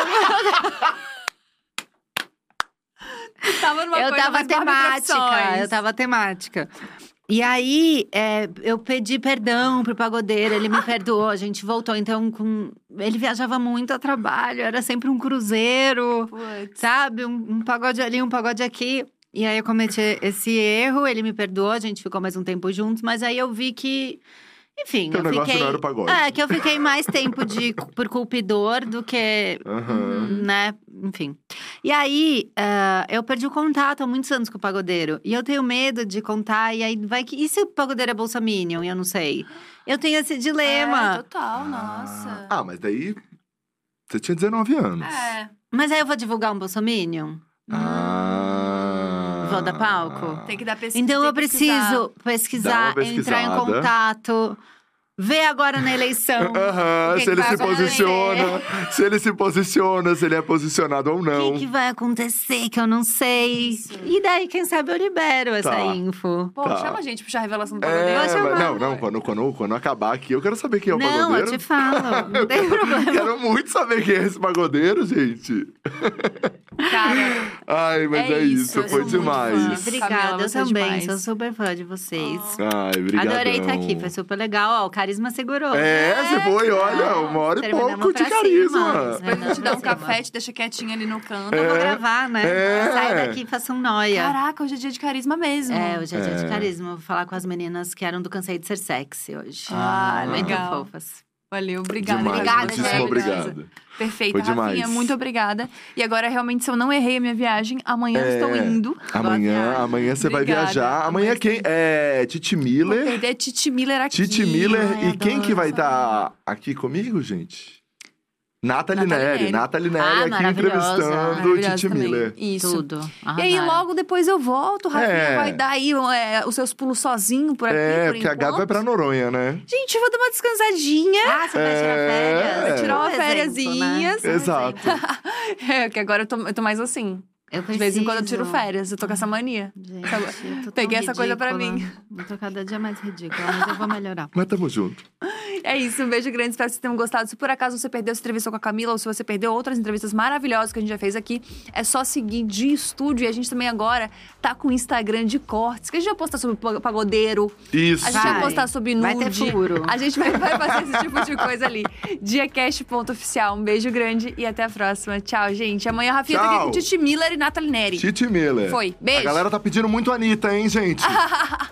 Eu tava temática. E aí, eu pedi perdão pro pagodeiro, ele me perdoou, a gente voltou. Então, ele viajava muito a trabalho, era sempre um cruzeiro, Putz. sabe? Um pagode ali, um pagode aqui. E aí, eu cometi esse erro, ele me perdoou, a gente ficou mais um tempo juntos. Mas aí, eu vi que… Enfim, Teu eu negócio fiquei… não era o pagode. que eu fiquei mais tempo por culpidor do que… né? Enfim. E aí, eu perdi o contato há muitos anos com o pagodeiro. E eu tenho medo de contar, e aí vai que… E se o pagodeiro é bolsominion? Eu não sei. Eu tenho esse dilema. Total, nossa. Mas daí… Você tinha 19 anos. Mas aí eu vou divulgar um bolsominion? Vou dar palco? Tem que dar pesquisa. Então eu tem que pesquisar. preciso Dá pesquisar, uma entrar em pesquisada. contato… Ver agora na eleição. o que Se que ele vai se acontecer. posiciona, se ele é posicionado ou não. O que vai acontecer que eu não sei. E daí, quem sabe eu libero essa info. Pô, Tá. chama a gente pro chá revelação do pagodeiro. Vou chamar. Quando acabar aqui, eu quero saber quem é o Não, pagodeiro. eu te falo. Não tem problema. Quero muito saber quem é esse pagodeiro, gente. Cara, Ai, mas é isso, eu foi sou muito demais. fã. Obrigada, Camila, eu você é também. demais. Sou super fã de vocês. Ai, obrigadão. Adorei estar aqui, foi super legal. Ó, o carisma segurou. Você foi, olha, 1h e Terminamos pouco de pra carisma. cima. depois a gente dá um Pra cima. café, te deixa quietinha ali no canto. Eu vou gravar, né? Sai daqui e faça um noia. Caraca, hoje é dia de carisma mesmo. Hoje é dia de carisma. Vou falar com as meninas que eram do Cansei de Ser Sexy hoje. Muito legal. Fofas. Valeu, obrigada. Demais, Obrigada, muitíssimo gente. obrigado. Perfeito, Foi demais. Rafinha, muito obrigada. E agora, realmente, se eu não errei a minha viagem, amanhã eu estou indo. Amanhã você vai Obrigada. viajar. Amanhã quem? É Titi Miller. Vou perder Titi Miller aqui. Titi Miller. Ai, E quem adoro que vai essa estar aqui comigo, gente? Nathalie Neri. Neri aqui maravilhosa. entrevistando Maravilhosa Titi também. Miller. Isso. Tudo. E aí, logo depois eu volto, Rafinha vai dar aí os seus pulos sozinho por aqui, por Porque a Gabi enquanto. vai pra Noronha, né? Gente, eu vou dar uma descansadinha. Você vai tirar férias? Vai tirar uma Um exemplo, fériasinhas. né? Um Exato. É, que agora eu tô mais assim. Eu De vez em quando eu tiro preciso. férias, eu tô com essa mania. Gente, Tá bom. eu tô tão Peguei essa coisa pra ridícula. mim. Eu tô cada dia mais ridícula, mas eu vou melhorar. Mas tamo junto. É isso, um beijo grande, espero que vocês tenham gostado. Se por acaso você perdeu essa entrevista com a Camila ou se você perdeu outras entrevistas maravilhosas que a gente já fez aqui, é só seguir de estúdio. E a gente também agora tá com o Instagram de cortes, que a gente vai postar sobre pagodeiro. Isso. A gente vai postar sobre nude. Vai ter furo. A gente vai fazer esse tipo de coisa ali. Diacast.oficial. Um beijo grande e até a próxima. Tchau, gente. Amanhã a Rafinha tá aqui com Titi Miller e Nathalie Neri. Titi Miller. Foi. Beijo. A galera tá pedindo muito a Anitta, hein, gente?